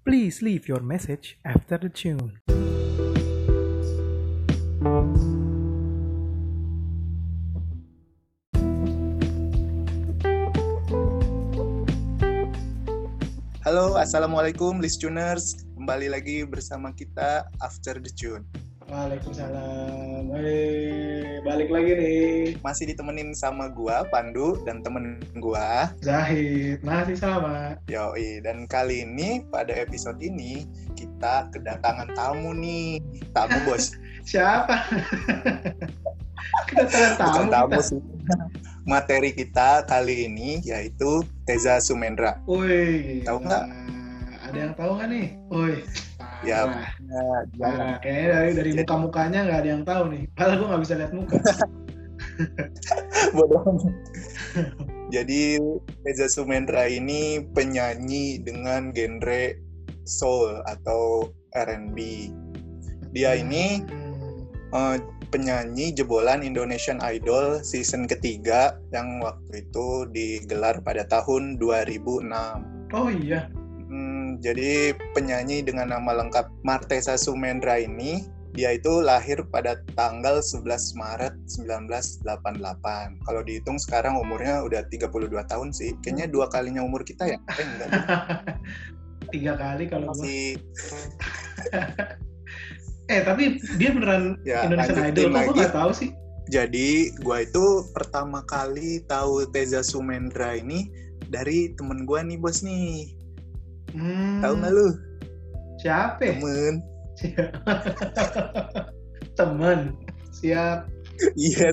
Please leave your message after the tune. Halo, Assalamualaikum listeners. Kembali lagi bersama kita After the Tune. Waalaikumsalam. Balik lagi nih. Masih ditemenin sama gua, Pandu, dan temen gua, Zahid. Masih sama. Yoi. Dan kali ini, pada episode ini, kita kedatangan tamu nih. Tamu, bos. Siapa? Kedatangan tamu. Bukan tamu kita. sih. Materi kita kali ini yaitu Teza Sumendra. Wih. Tahu nggak? Ada yang tahu nggak nih? Wih. Ya, Kayaknya dari muka-mukanya nggak ada yang tahu nih. Padahal gue nggak bisa lihat muka. bodoh. Jadi Teza Sumendra ini penyanyi dengan genre soul atau R&B. Dia ini penyanyi jebolan Indonesian Idol season ketiga yang waktu itu digelar pada tahun 2006. Oh iya. Jadi penyanyi dengan nama lengkap Marteza Sumendra ini, dia itu lahir pada tanggal 11 Maret 1988. Kalau dihitung sekarang umurnya udah 32 tahun sih. Kayaknya 2 kalinya umur kita ya? Enggak. 3 kali kalau masih. Tapi dia beneran ya, Indonesian Idol, kok gue nggak tahu sih. Jadi gue itu pertama kali tahu Teza Sumendra ini dari temen gue nih, bos nih. Tahu nggak lu? Siapa? Temen. Temen. Siap. Iya.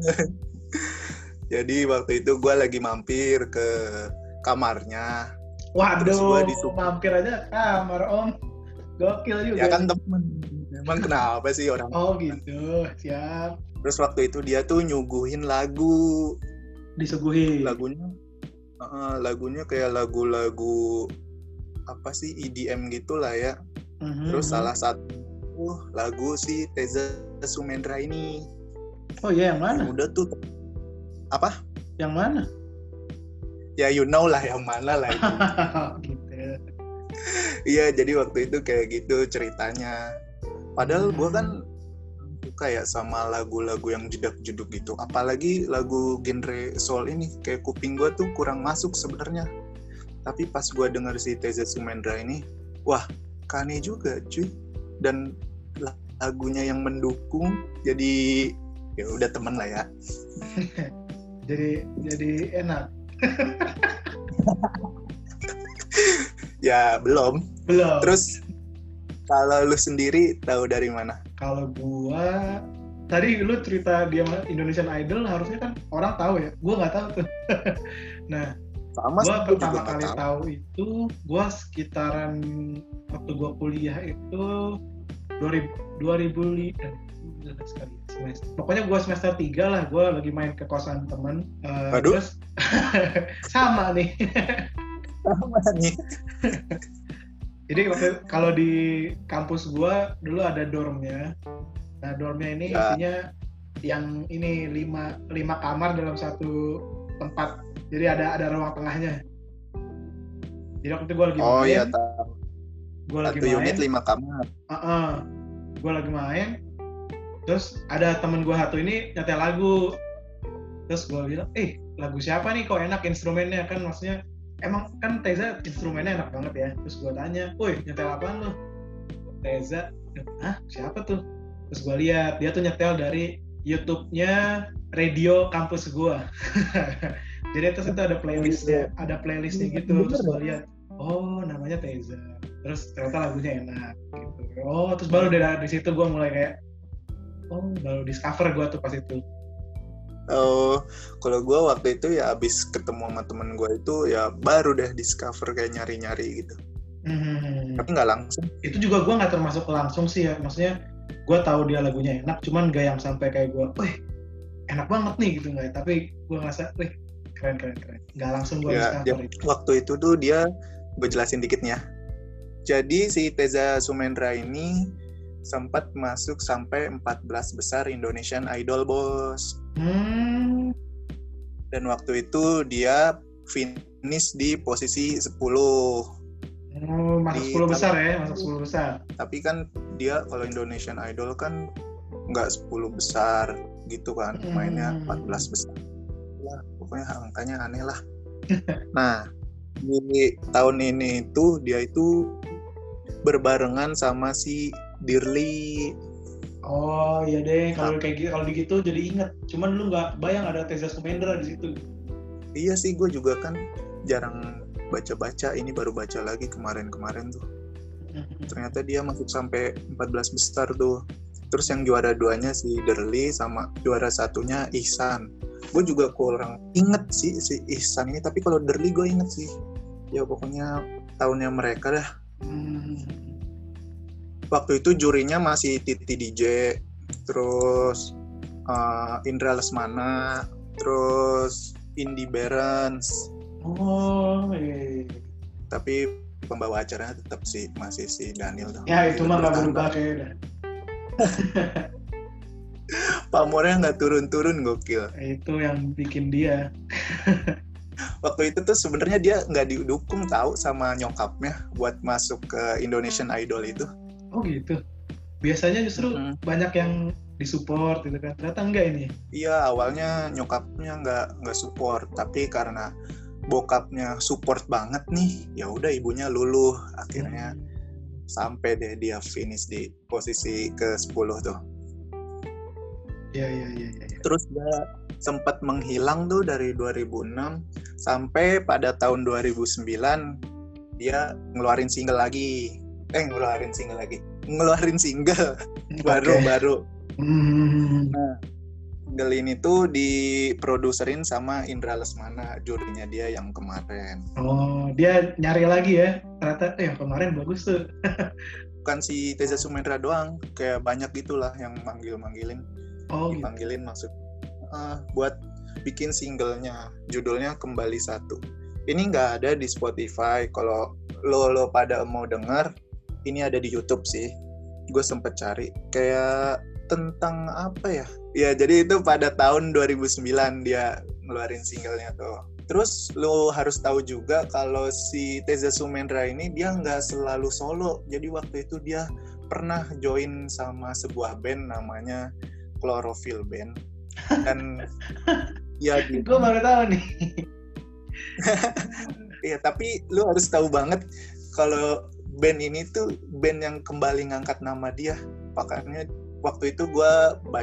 Jadi waktu itu gue lagi mampir ke kamarnya. Waduh, mampir aja kamar om. Gokil juga. Ya kan temen. Emang kenapa sih orang? Oh gitu, siap. Terus waktu itu dia tuh nyuguhin lagu. Disuguhin. Lagunya kayak lagu-lagu apa sih, EDM gitulah ya. Terus salah satu lagu si Teza Sumendra ini. Oh iya, yang mana? Udah tuh. Apa? Yang mana? Ya you know lah yang mana lah itu. Gitu. Iya, jadi waktu itu kayak gitu ceritanya. Padahal gue kan suka ya sama lagu-lagu yang jedak-jeduk gitu. Apalagi lagu genre soul ini, kayak kuping gue tuh kurang masuk sebenarnya. Tapi pas gue denger si Teza Sumendra ini, wah, kane juga cuy. Dan lagunya yang mendukung, jadi ya udah temen lah ya. jadi enak. Ya belum. Terus kalau lu sendiri tahu dari mana? Kalau gua tadi lu cerita dia Indonesian Idol, harusnya kan orang tahu ya. Gua nggak tahu tuh. Nah, gue pertama kali tahu itu gue sekitaran waktu gue kuliah itu 2000 semester. Pokoknya gue semester 3 lah, gue lagi main ke kosan temen. Terus sama nih. Sama nih. Jadi kalau di kampus gue dulu ada dormnya. Nah dormnya ini isinya yang ini 5 kamar dalam satu tempat. Jadi ada ruang tengahnya. Jadi waktu itu gue lagi main. Oh iya tahu. Gue lagi main. 1 unit 5 kamar. Gue lagi main. Terus ada temen gue satu ini nyetel lagu. Terus gue bilang, lagu siapa nih kok enak instrumennya? Kan maksudnya emang kan Teza instrumennya enak banget ya. Terus gue tanya, nyetel apaan lu? Teza, siapa tuh? Terus gue lihat dia tuh nyetel dari YouTube-nya radio kampus gue. Jadi terus itu ada playlistnya gitu. Terus gue lihat, namanya Teza. Terus ternyata lagunya enak gitu. Terus baru dari situ gue mulai kayak, baru discover gue tuh pas itu. Kalau gue waktu itu ya abis ketemu sama temen gue itu ya baru deh discover kayak nyari-nyari gitu. Tapi nggak langsung. Itu juga gue nggak termasuk langsung sih ya. Maksudnya gue tahu dia lagunya enak, cuman gak yang sampai kayak gue, enak banget nih gitu nggak. Tapi gue ngerasa, keren. Nggak langsung gue discover itu. Waktu itu tuh dia, gue jelasin dikitnya. Jadi si Teza Sumendra ini sempat masuk sampai 14 besar Indonesian Idol, bos. Dan waktu itu dia finish di posisi 10. Masuk Di 10 besar ya, masuk 10 besar. Tapi kan dia kalau Indonesian Idol kan nggak 10 besar gitu kan, mainnya 14 besar. Lah, pokoknya angkanya aneh lah. Nah, di tahun ini tuh dia itu berbarengan sama si Dirly. Oh iya deh, kalau kayak gitu, kalau begitu jadi inget. Cuman lu nggak bayang ada Teza Sumendra di situ. Iya sih, gue juga kan jarang baca-baca, ini baru baca lagi kemarin-kemarin tuh. Ternyata dia masuk sampai 14 besar tuh. Terus yang juara 2-nya si Dirly sama juara 1-nya Ihsan. Gue juga kurang inget sih si Ihsan ini, tapi kalau Dirly gue inget sih. Ya pokoknya tahunnya mereka dah. Waktu itu jurinya masih Titi DJ, terus Indra Lesmana, terus Indy Barens. Oh iya. Tapi pembawa acaranya tetap sih masih si Daniel tuh. Ya itu mah nggak berubah kayaknya. Pamornya nggak turun-turun, gokil. Itu yang bikin dia. Waktu itu tuh sebenarnya dia nggak didukung tahu sama nyokapnya buat masuk ke Indonesian Idol itu. Oh gitu. Biasanya justru banyak yang disupport gitu kan. Ternyata enggak ini. Iya, awalnya nyokapnya nggak support, tapi karena bokapnya support banget nih, ya udah ibunya luluh akhirnya. Sampai deh dia finish di posisi ke-10 tuh. Iya. Terus dia sempat menghilang tuh dari 2006 sampai pada tahun 2009 dia ngeluarin single baru. Nah, single ini tuh diproduserin sama Indra Lesmana, jurinya dia yang kemarin. Oh, dia nyari lagi ya. Ternyata yang kemarin bagus tuh. Bukan si Teza Sumendra doang, kayak banyak gitulah yang manggilin. Oh, dipanggilin gitu. Buat bikin singlenya, judulnya Kembali Satu. Ini nggak ada di Spotify. Kalau lo pada mau denger, ini ada di YouTube sih. Gue sempet cari kayak tentang apa ya? Ya jadi itu pada tahun 2009 dia ngeluarin singlenya tuh. Terus lo harus tahu juga kalau si Teza Sumendra ini dia nggak selalu solo. Jadi waktu itu dia pernah join sama sebuah band namanya Chlorophyll Band. Dan ya gue baru tahu nih. Iya, tapi lu harus tahu banget kalau band ini tuh band yang kembali ngangkat nama dia. Makanya waktu itu gue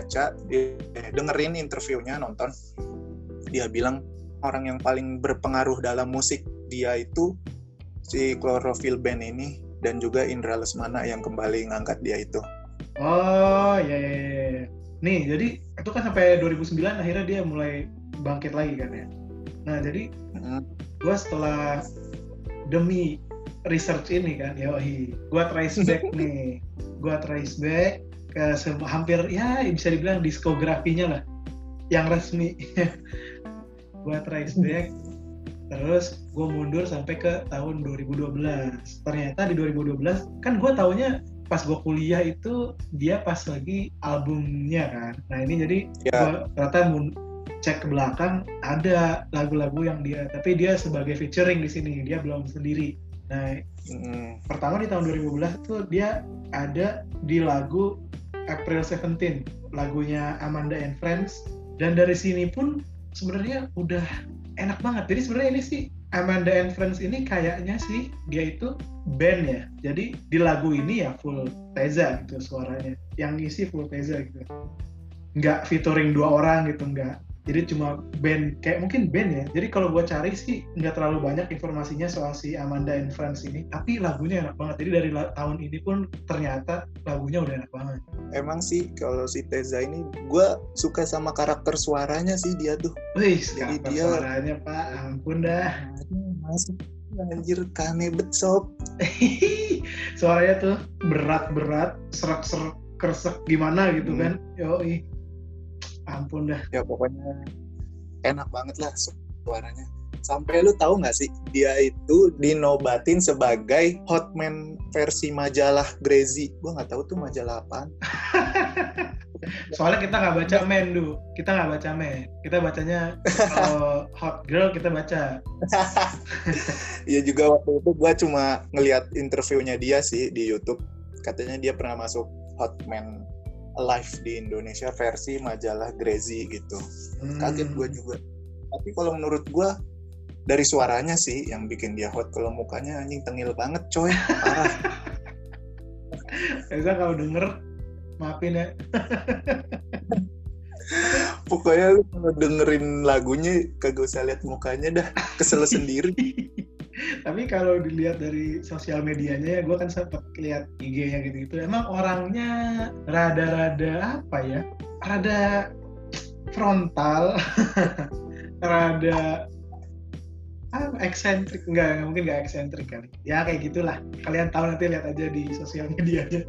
dengerin interviewnya, nonton. Dia bilang orang yang paling berpengaruh dalam musik dia itu si Chlorophyll Band ini dan juga Indra Lesmana yang kembali ngangkat dia itu. Oh iya. Nih jadi itu kan sampai 2009 akhirnya dia mulai bangkit lagi kan ya. Nah jadi gue setelah demi research ini kan, gue trace back nih, ke hampir ya bisa dibilang diskografinya lah, yang resmi. Gue trace back, terus gue mundur sampai ke tahun 2012. Ternyata di 2012 kan gue taunya pas gue kuliah itu dia pas lagi albumnya kan. Nah ini jadi gue ternyata cek ke belakang ada lagu-lagu yang dia, tapi dia sebagai featuring di sini, dia belum sendiri. Nah pertama di tahun 2012 itu dia ada di lagu April 17, lagunya Amanda and Friends, dan dari sini pun sebenarnya udah enak banget. Jadi sebenarnya ini sih Amanda and Friends ini kayaknya sih dia itu band ya. Jadi di lagu ini ya full Teza gitu suaranya. Yang isi full Teza gitu. Nggak featuring 2 orang gitu, nggak. Jadi cuma band, kayak mungkin band ya. Jadi kalau gue cari sih nggak terlalu banyak informasinya soal si Amanda and Friends ini. Tapi lagunya enak banget. Jadi dari tahun ini pun ternyata lagunya udah enak banget. Emang sih kalau si Teza ini gue suka sama karakter suaranya sih dia tuh. Wih, karakter suaranya Pak, ampun dah. Masuk anjir kanebet sob. Suaranya tuh berat-berat, serak-serak, keresek gimana gitu kan. Yoi. Ampun dah. Ya pokoknya enak banget lah suaranya. Sampai lu tahu nggak sih dia itu dinobatin sebagai hotman versi majalah Grazy. Gue nggak tahu tuh majalah apaan. Soalnya kita nggak baca men Du, kita nggak baca men, kita bacanya kalau hot girl kita baca. Iya juga waktu itu gue cuma ngelihat interviewnya dia sih di YouTube. Katanya dia pernah masuk Hot Men Alive di Indonesia versi majalah Grazy gitu. Kaget gue juga. Tapi kalau menurut gue dari suaranya sih yang bikin dia hot. Kalau mukanya anjing tengil banget coy, parah. Eza kalau denger maafin ya. Pokoknya lu kalau dengerin lagunya kagak usah lihat mukanya dah, kesel sendiri. Tapi kalau dilihat dari sosial medianya ya, gue kan sempat lihat IG-nya gitu-gitu. Emang orangnya rada-rada apa ya? Rada frontal, rada eksentrik. Enggak, mungkin nggak eksentrik kali. Ya kayak gitulah. Kalian tahu, nanti lihat aja di sosial medianya.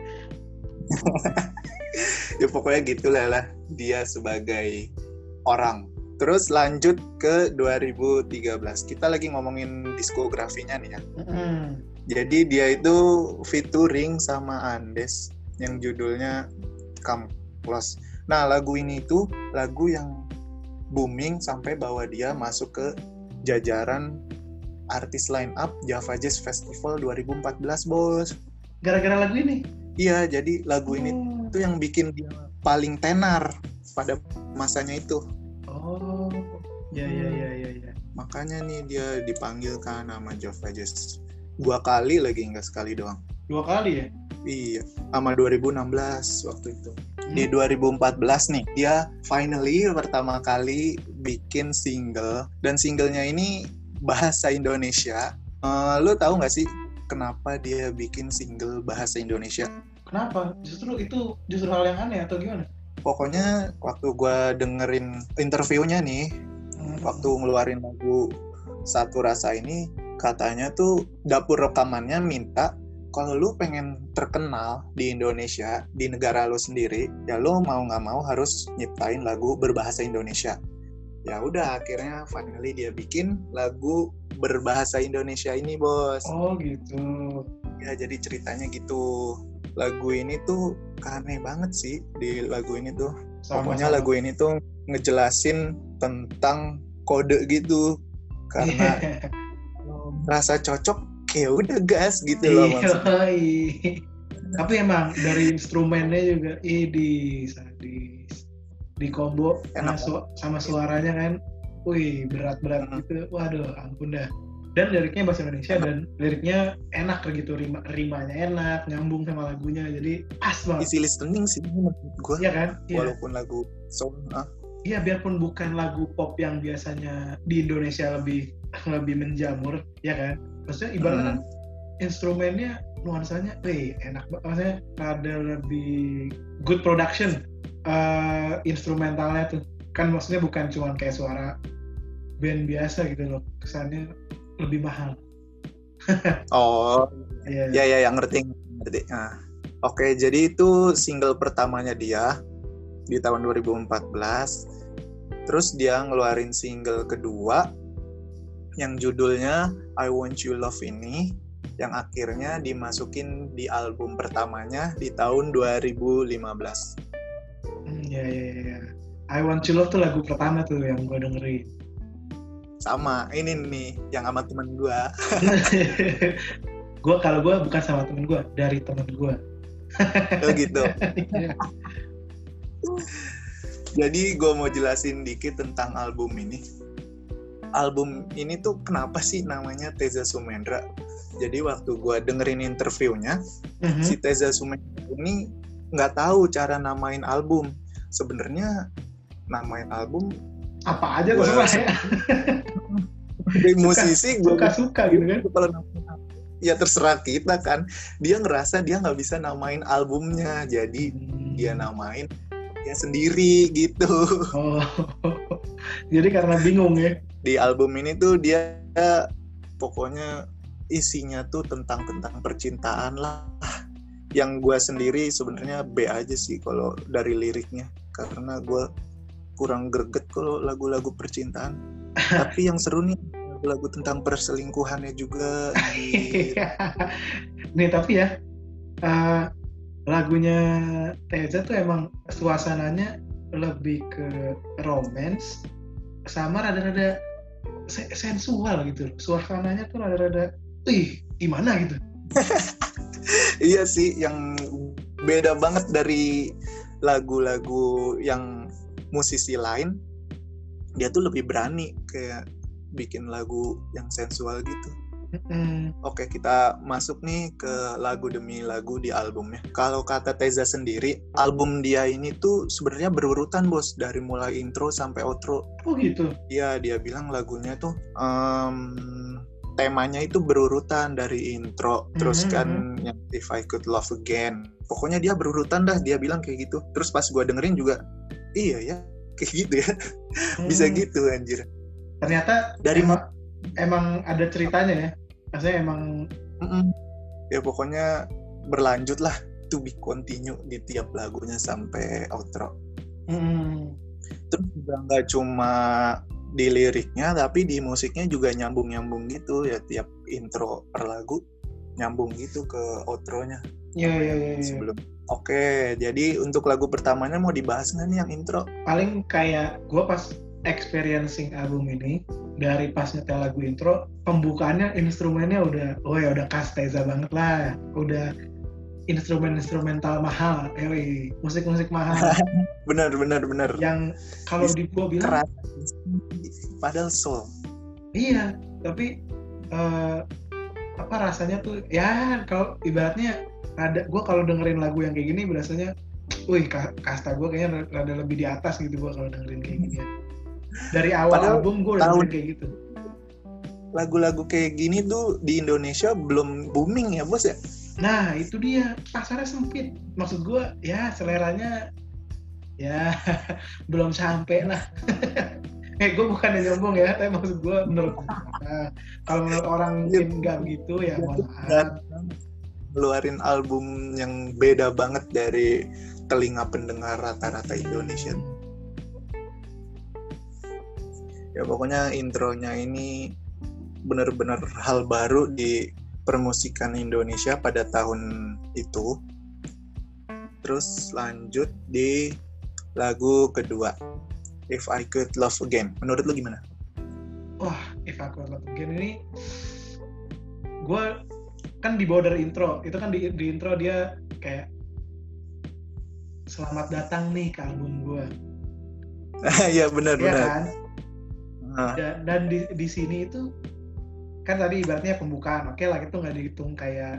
Ya pokoknya gitulah lah dia sebagai orang. Terus lanjut ke 2013. Kita lagi ngomongin diskografinya nih ya. Jadi dia itu featuring sama Andes yang judulnya Come Close. Nah lagu ini tuh lagu yang booming sampai bawa dia masuk ke jajaran artis line up Java Jazz Festival 2014 bos. Gara-gara lagu ini? Iya, jadi lagu ini tuh yang bikin dia paling tenar pada masanya itu. Oh, ya. Makanya nih dia dipanggil kan sama Java Jazz 2 kali lagi, nggak sekali doang. 2 kali ya? Iya, sama 2016 waktu itu. Di 2014 nih, dia finally pertama kali bikin single. Dan singlenya ini bahasa Indonesia. Lo tahu nggak sih kenapa dia bikin single bahasa Indonesia? Kenapa? Justru hal yang aneh atau gimana? Pokoknya waktu gue dengerin interviewnya nih, waktu ngeluarin lagu Satu Rasa ini, katanya tuh dapur rekamannya minta kalau lu pengen terkenal di Indonesia, di negara lu sendiri, ya lu mau nggak mau harus nyiptain lagu berbahasa Indonesia. Ya udah, akhirnya finally dia bikin lagu berbahasa Indonesia ini bos. Oh gitu. Ya jadi ceritanya gitu. Lagu ini tuh aneh banget sih di lagu ini tuh. Pokoknya lagu ini tuh ngejelasin tentang kode gitu. Karena rasa cocok, ya udah gas gitu loh maksudnya. Tapi emang dari instrumennya juga sadis. Di combo sama suaranya kan. Wih, berat-berat gitu. Waduh, ampun dah. Dan liriknya bahasa Indonesia dan liriknya enak gitu, rimanya enak, nyambung sama lagunya, jadi pas banget. Easy listening sih menurut gue. Iya kan? Walaupun lagu soul. Iya, biarpun bukan lagu pop yang biasanya di Indonesia lebih menjamur, ya kan? Maksudnya ibaratnya kan instrumennya nuansanya, enak banget. Maksudnya ada lebih good production instrumentalnya tuh. Kan maksudnya bukan cuma kayak suara band biasa gitu loh, kesannya lebih mahal. Oh, ya yang ngerti. Nah, oke, jadi itu single pertamanya dia di tahun 2014. Terus dia ngeluarin single kedua yang judulnya I Want You Love ini, yang akhirnya dimasukin di album pertamanya di tahun 2015. Ya. I Want You Love tuh lagu pertama tuh yang gue dengerin. Sama ini nih yang sama temen gue. Kalau gue bukan sama temen gue, dari temen gue. Oh gitu. Jadi gue mau jelasin dikit tentang album ini. Album ini tuh kenapa sih namanya Teza Sumendra? Jadi waktu gue dengerin interviewnya, si Teza Sumendra ini nggak tahu cara namain album. Sebenarnya namain album apa aja terserah ya. Dari musisi gue suka gitu kan. Kalau ya terserah kita kan. Dia ngerasa dia nggak bisa namain albumnya, jadi dia namain dia sendiri gitu. Oh, jadi karena bingung ya. Di album ini tuh dia pokoknya isinya tuh tentang percintaan lah. Yang gue sendiri sebenarnya B aja sih kalau dari liriknya, karena gue kurang greget kalau lagu-lagu percintaan. Tapi yang seru nih lagu tentang perselingkuhannya juga. Nih tapi ya lagunya Teza tuh emang suasananya lebih ke romance sama rada-rada sensual gitu. Suasananya tuh rada-rada, gimana gitu. Iya sih, yang beda banget dari lagu-lagu yang musisi lain. Dia tuh lebih berani kayak bikin lagu yang sensual gitu. Oke, kita masuk nih ke lagu demi lagu di albumnya. Kalau kata Teza sendiri, album dia ini tuh sebenarnya berurutan bos, dari mulai intro sampai outro. Oh gitu. Iya, dia bilang lagunya tuh temanya itu berurutan dari intro, terus kan yang If I Could Love Again. Pokoknya dia berurutan dah, dia bilang kayak gitu. Terus pas gue dengerin juga, iya ya, kayak gitu ya. Bisa gitu anjir. Ternyata dari emang ada ceritanya ya. Maksudnya emang ya pokoknya berlanjut lah, to be continue di tiap lagunya sampai outro. Terus juga nggak cuma di liriknya, tapi di musiknya juga nyambung gitu ya, tiap intro per lagu nyambung gitu ke outronya. Iya. Sebelum. Oke, jadi untuk lagu pertamanya mau dibahas nggak nih yang intro? Paling kayak gue pas experiencing album ini, dari pas nyetel lagu intro, pembukaannya instrumennya udah khas Teza banget lah, udah instrumental mahal, musik mahal. bener. Yang kalau di gue bilang keras, padahal soul. Iya, tapi apa rasanya tuh ya, kalau ibaratnya gue kalau dengerin lagu yang kayak gini biasanya, kasta gue kayaknya rada lebih di atas gitu gue kalau dengerin kayak gini. Dari awal padahal album gue udah dengerin kayak gitu. Lagu-lagu kayak gini tuh di Indonesia belum booming ya bos ya? Nah itu dia, pasarnya sempit. Maksud gue ya seleranya ya belum sampai lah. Gue bukan nyombong ya, tapi maksud gue menurut kalau menurut orang mungkin nggak begitu ya, mohon maaf. Ngeluarin album yang beda banget dari telinga pendengar rata-rata Indonesia. Ya pokoknya intronya ini benar-benar hal baru di permusikan Indonesia pada tahun itu. Terus lanjut di lagu kedua, If I Could Love Again. Menurut lu gimana? Wah, If I Could Love Again ini, gue kan dibawa dari intro. Itu kan di intro dia kayak, selamat datang nih ke album gue. Iya benar. Kan? Dan di sini itu kan tadi ibaratnya pembukaan, oke lah, itu nggak dihitung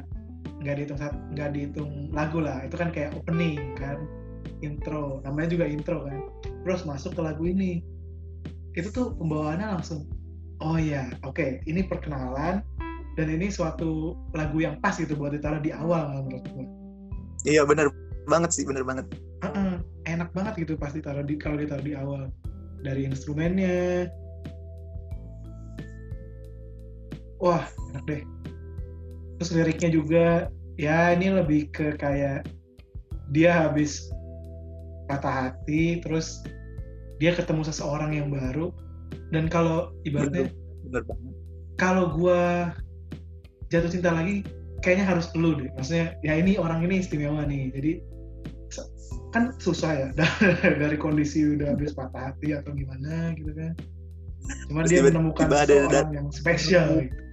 lagu lah, itu kan kayak opening kan, intro, namanya juga intro kan. Terus masuk ke lagu ini, itu tuh pembawaannya langsung, oh ya, oke, ini perkenalan dan ini suatu lagu yang pas gitu buat ditaruh di awal menurut gue. Iya benar banget. Enak banget gitu pas kalau ditaruh di awal, dari instrumennya. Wah, enak deh. Terus liriknya juga, ya ini lebih ke kayak dia habis patah hati, terus dia ketemu seseorang yang baru. Dan kalau ibaratnya, bener banget. Kalau gue jatuh cinta lagi, kayaknya harus lu deh. Maksudnya, ya ini orang ini istimewa nih. Jadi, kan susah ya, dari kondisi udah habis patah hati atau gimana gitu kan. Cuma dia menemukan seseorang yang spesial gitu.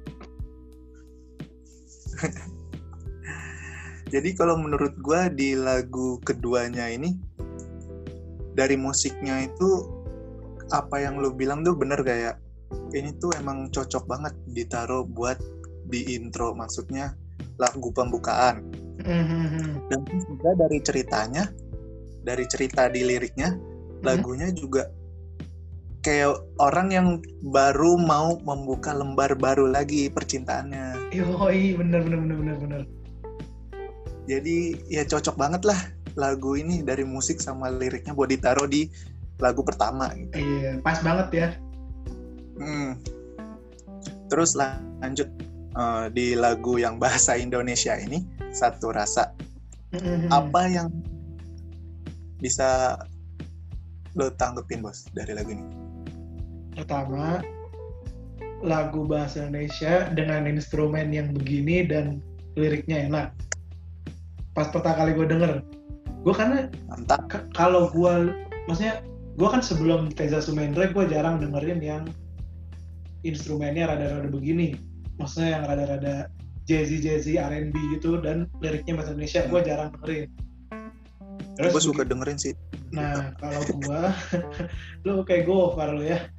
Jadi kalau menurut gue di lagu keduanya ini, dari musiknya itu apa yang lu bilang tuh bener, kayak ini tuh emang cocok banget ditaruh buat di intro, maksudnya lagu pembukaan. Dan juga dari ceritanya, dari cerita di liriknya, lagunya juga kayak orang yang baru mau membuka lembar baru lagi percintaannya. Yoi, bener. Jadi ya cocok banget lah lagu ini dari musik sama liriknya buat ditaruh di lagu pertama gitu. Iya, pas banget ya. Terus lanjut di lagu yang bahasa Indonesia ini, Satu Rasa. Apa yang bisa lo tanggepin bos dari lagu ini? Pertama, lagu bahasa Indonesia dengan instrumen yang begini dan liriknya enak. pas pertama kali gue denger. Gue karena Mantap. kalau gue, maksudnya gue kan sebelum Teza Sumendra gue jarang dengerin yang instrumennya rada-rada begini, maksudnya yang rada-rada jazzy R&B gitu dan liriknya bahasa Indonesia gue jarang dengerin. Terus Gue suka dengerin sih. nah kalau gue lu kayak Gofar lu ya.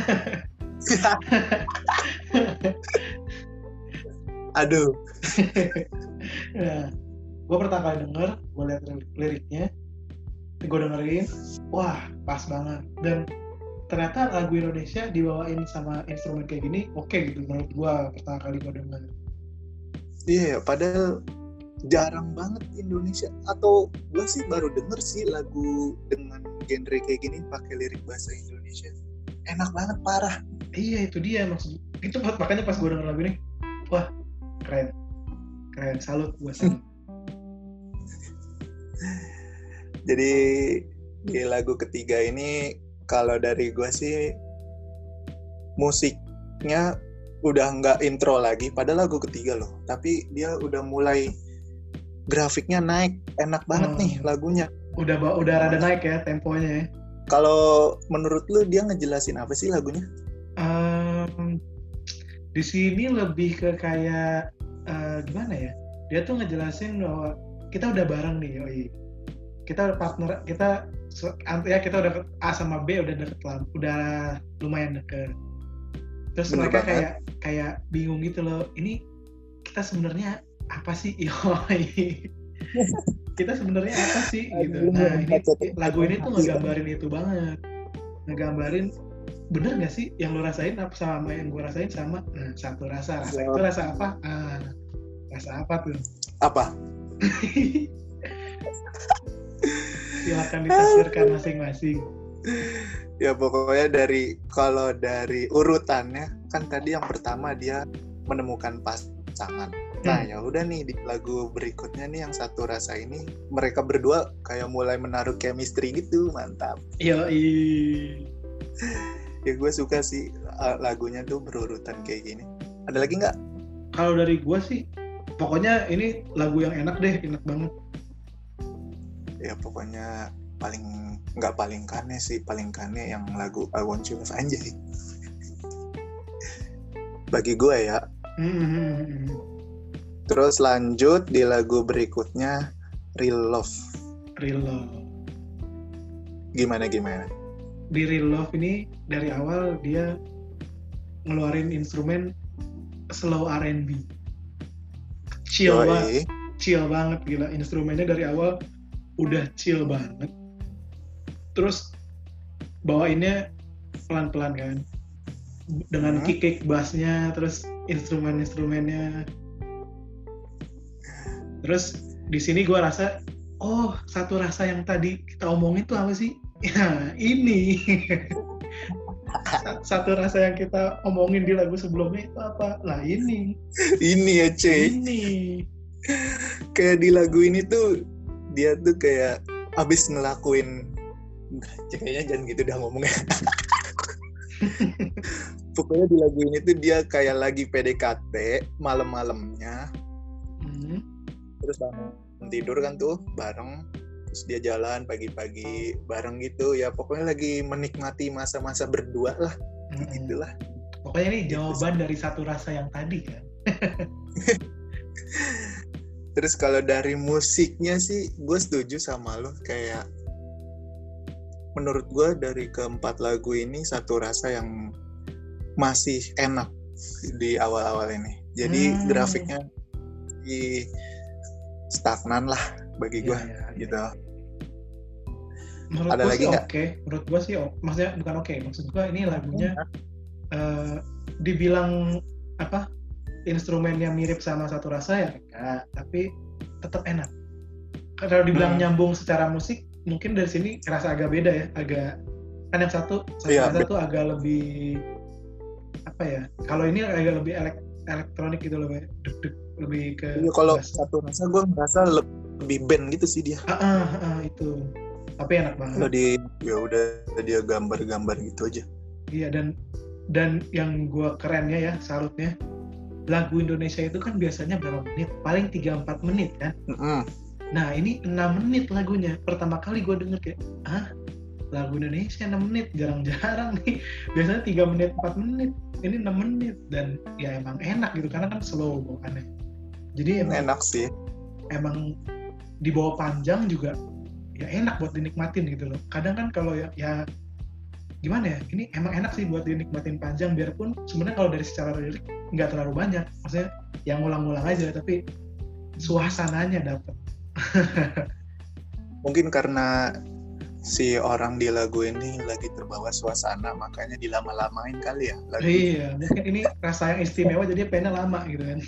Aduh. Nah, gue pertama kali denger, gue liat liriknya, gue dengerin, wah pas banget. Dan ternyata lagu Indonesia dibawain sama instrumen kayak gini, oke gitu menurut gue pertama kali gue denger. Iya, padahal jarang banget Indonesia, atau gue sih baru denger sih lagu dengan genre kayak gini pakai lirik bahasa Indonesia. Enak banget, parah. Iya itu dia maksud itu, makanya pas gue denger lagu ini, wah keren, salut gue salut. Jadi di lagu ketiga ini kalau dari gue sih musiknya udah nggak intro lagi, padahal lagu ketiga loh, tapi dia udah mulai grafiknya naik, enak banget nih lagunya. Udah rada naik ya temponya ya. Kalau menurut lu dia ngejelasin apa sih lagunya? Di sini lebih ke kayak gimana ya? Dia tuh ngejelasin bahwa kita udah bareng nih, yoi. Kita partner, kita udah A sama B udah deket lah, udah lumayan deket. Terus Bener mereka banget. kayak bingung gitu loh. Ini kita sebenarnya apa sih? Yoi. Kita sebenarnya apa sih gitu. Nah, ini lagu ini tuh ngegambarin itu banget. Ngegambarin bener gak sih yang lo rasain apa sama yang gue rasain sama. Nah, satu rasa itu rasa apa? Rasa apa tuh? Apa? Silakan ditafsirkan masing-masing. Ya pokoknya kalau dari urutannya kan tadi yang pertama dia menemukan pasangan. Nah ya udah nih di lagu berikutnya nih yang satu rasa ini mereka berdua kayak mulai menaruh chemistry gitu, mantap. Yoi. Ya gue suka sih lagunya tuh berurutan kayak gini. Ada lagi nggak? Kalau dari gue sih, pokoknya ini lagu yang enak deh, enak banget. Ya pokoknya nggak paling kane yang lagu I Want You Love anjay. Bagi gue ya. Terus lanjut di lagu berikutnya Real Love. Gimana? Di Real Love ini dari awal dia ngeluarin instrumen slow R&B. Chill banget gila, instrumennya dari awal udah chill banget. Terus bawainnya pelan-pelan kan, dengan kick bassnya, terus instrumennya. Terus di sini gue rasa, oh satu rasa yang tadi kita omongin tuh apa sih? Ya ini. Satu rasa yang kita omongin di lagu sebelumnya itu apa? Lah ini. Ini ya cuy. Ini. Kayak di lagu ini tuh dia tuh kayak abis ngelakuin, kayaknya jangan gitu dah ngomongnya. Pokoknya di lagu ini tuh dia kayak lagi PDKT malam-malamnya. Terus bangun tidur kan tuh bareng, terus dia jalan pagi-pagi bareng gitu ya, pokoknya lagi menikmati masa-masa berdua lah. Gitulah. Pokoknya ini jawaban dari satu rasa yang tadi kan. Terus kalau dari musiknya sih gue setuju sama lo, kayak menurut gue dari keempat lagu ini satu rasa yang masih enak di awal-awal ini. Jadi grafiknya di stagnan lah bagi gue gitu. Menurut ada gue lagi sih nggak? oke. Menurut gue sih maksudnya bukan oke. Maksud gue ini lagunya dibilang apa? Instrumennya mirip sama satu rasa ya enggak, tapi tetap enak. Kalau dibilang nyambung secara musik, mungkin dari sini kerasa agak beda ya, agak kan yang satu rasa tuh agak lebih apa ya? Kalau ini agak lebih elektronik gitu, lebih lebih ke. Kalau satu rasa gue merasa lebih band gitu sih dia. Itu. Tapi enak banget. Kalau ya udah dia gambar-gambar gitu aja. Iya, dan yang gue kerennya ya, salutnya, lagu Indonesia itu kan biasanya berapa menit? Paling 3-4 menit kan? Nah ini 6 menit lagunya. Pertama kali gue denger kayak, lagu Indonesia 6 menit, jarang-jarang nih. Biasanya 3 menit, 4 menit. Ini 6 menit. Dan ya emang enak gitu, karena kan slow bawaannya. Jadi Enak sih. emang dibawa panjang juga ya enak buat dinikmatin gitu loh. Kadang kan kalau ya gimana ya, ini emang enak sih buat dinikmatin panjang, biarpun sebenarnya kalau dari secara lirik nggak terlalu banyak, maksudnya yang ngulang-ngulang aja, tapi suasananya dapet. Mungkin karena si orang di lagu ini lagi terbawa suasana, makanya dilama-lamain kali ya lagu. Iya, mungkin ini rasa yang istimewa jadi pengennya lama gitu kan.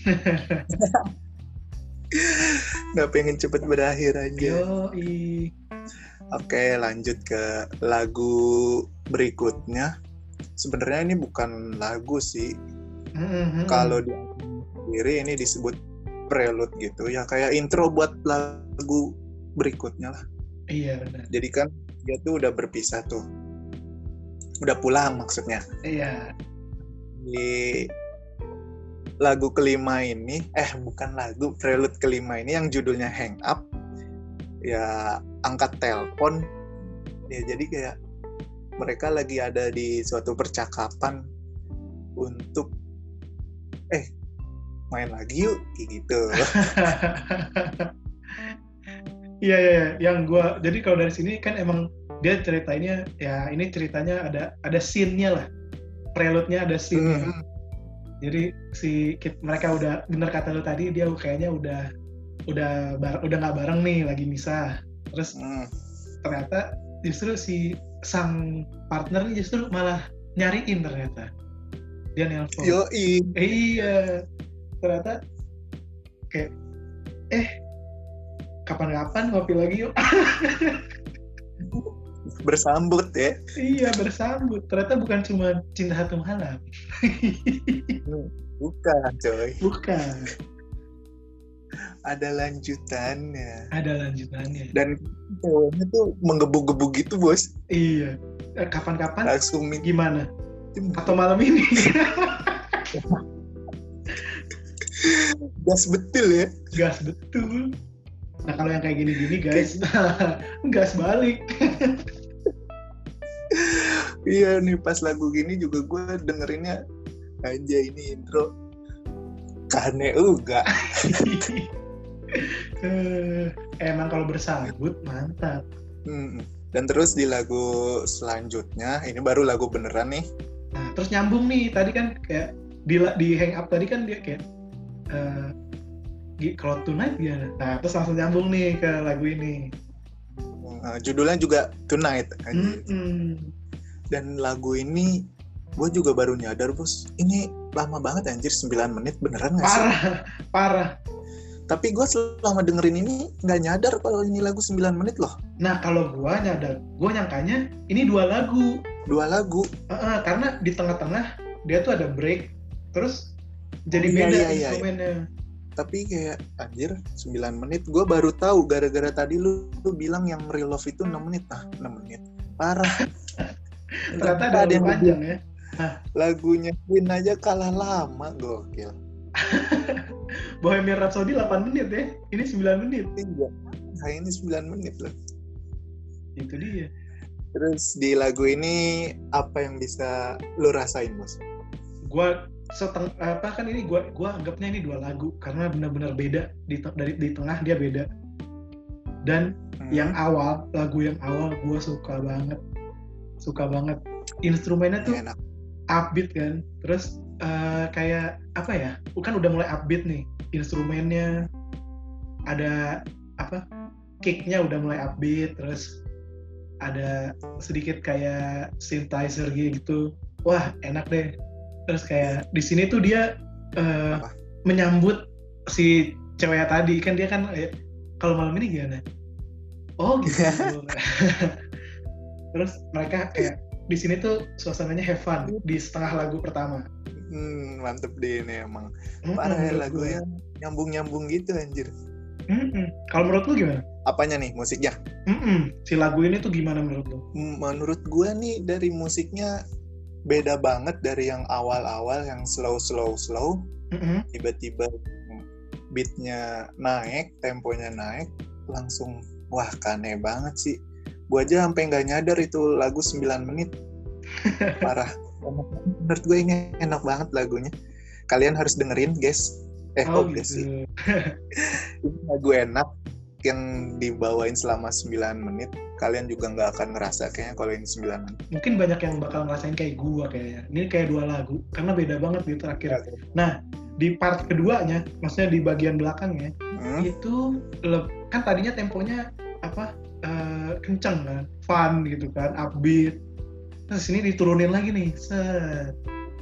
Nggak pengen cepet berakhir aja. Yoi. Oke, lanjut ke lagu berikutnya. Sebenarnya ini bukan lagu sih. Kalau di sendiri ini disebut prelude gitu ya, kayak intro buat lagu berikutnya lah. Iya benar. Jadi kan dia tuh udah berpisah tuh, udah pulang maksudnya. Iya. Di lagu kelima ini, bukan lagu, prelude kelima ini yang judulnya Hang Up, ya angkat telepon. Ya jadi kayak mereka lagi ada di suatu percakapan untuk main lagi yuk, kayak gitu. Iya, yang gua, jadi kalau dari sini kan emang dia ceritainnya, ya ini ceritanya ada scene-nya lah, prelude-nya ada scene-nya. Jadi mereka udah, bener kata lu tadi, dia kayaknya udah nggak bareng nih, lagi misah. Terus ternyata justru si sang partner nih justru malah nyariin ternyata. Dia nelpon. Iya. Ternyata kayak kapan-kapan ngopi lagi yuk. Bersambut ya. Iya, bersambut. Ternyata bukan cuma cinta satu malam. Bukan, coy. Bukan. Ada lanjutannya. Dan ceweknya tuh menggebu-gebu gitu, Bos. Iya. Kapan-kapan langsung gimana? Atau malam ini? Gas betul ya. Gas betul. Nah kalau yang kayak gini-gini guys, gas balik. Iya nih, pas lagu gini juga gue dengerinnya aja ini intro kane uga. Emang kalau bersambut mantap. Dan terus di lagu selanjutnya, ini baru lagu beneran nih. Nah terus nyambung nih, tadi kan kayak di Hang Up tadi kan dia kayak kalau Tonight gimana? Nah terus langsung nyambung nih ke lagu ini. Judulnya juga Tonight. Dan lagu ini gue juga baru nyadar, Bos, ini lama banget anjir, 9 menit beneran gak sih? Parah. Tapi gue selama dengerin ini gak nyadar kalau ini lagu 9 menit loh. Nah kalau gue nyadar, gue nyangkanya ini 2 lagu. Karena di tengah-tengah dia tuh ada break, terus jadi beda instrumennya. Tapi kayak anjir 9 menit, gue baru tahu gara-gara tadi lu bilang yang Real Love itu 6 menit. 6 menit parah. Ternyata ada yang panjang ya. Lagunya Queen aja kalah lama, gokil. Bohemian Rhapsody 8 menit ya, ini 9 menit. Iya, kayak ini 9 menit loh. Itu dia. Terus di lagu ini apa yang bisa lu rasain, Bos? Gua kan ini gua anggapnya ini 2 lagu karena benar-benar beda, di tengah dia beda. Dan lagu yang awal gua suka banget. Instrumennya tuh enak, upbeat kan. Terus kayak apa ya? Bukan udah mulai upbeat nih. Instrumennya ada kicknya udah mulai upbeat, terus ada sedikit kayak synthesizer gitu. Wah, enak deh. Terus kayak di sini tuh dia menyambut si ceweknya tadi, kan dia kan kalau malam ini gimana? Oh gitu. Terus mereka kayak di sini tuh suasananya have fun di setengah lagu pertama. Mantep deh ini emang. Parah ya lagunya nyambung gitu anjir. Kalau menurut lu gimana? Apanya nih, musiknya? Si lagu ini tuh gimana menurut lu? Menurut gue nih dari musiknya beda banget dari yang awal-awal yang slow. Tiba-tiba beatnya naik, temponya naik. langsung wah aneh banget sih. Gue aja sampai nggak nyadar itu lagu 9 menit. Parah. Menurut gue ini enak banget lagunya. Kalian harus dengerin guys. Guys sih. Ini lagu enak yang dibawain selama 9 menit. Kalian juga nggak akan ngerasa kayaknya kalau ini 9 menit. Mungkin banyak yang bakal ngerasain kayak gua kayaknya. Ini kayak 2 lagu karena beda banget di terakhir. Nah, di part keduanya, maksudnya di bagian belakangnya, itu kan tadinya temponya kenceng kan, fun gitu kan, upbeat. Terus ini diturunin lagi nih, set.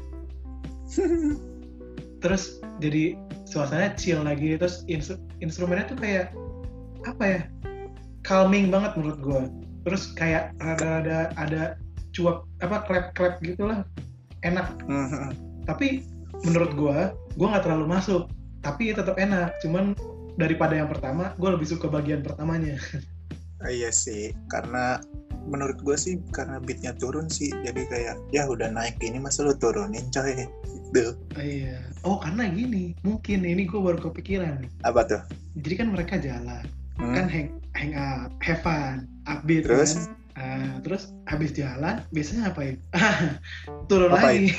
Terus jadi suasananya chill lagi, terus instrumennya tuh kayak apa ya, calming banget menurut gue. Terus kayak ada cuap clap gitulah, enak. Tapi menurut gue nggak terlalu masuk, tapi tetap enak. Cuman daripada yang pertama, gue lebih suka bagian pertamanya. Iya sih, karena menurut gue sih karena beatnya turun sih, jadi kayak ya udah naik ini masa lu turunin coy gitu. Iya. Oh karena gini, mungkin ini gue baru kepikiran nih. Apa tuh? Jadi kan mereka jalan, kan hang out, have fun, upbeat terus? Kan. Terus habis jalan biasanya ngapain? Turun lagi.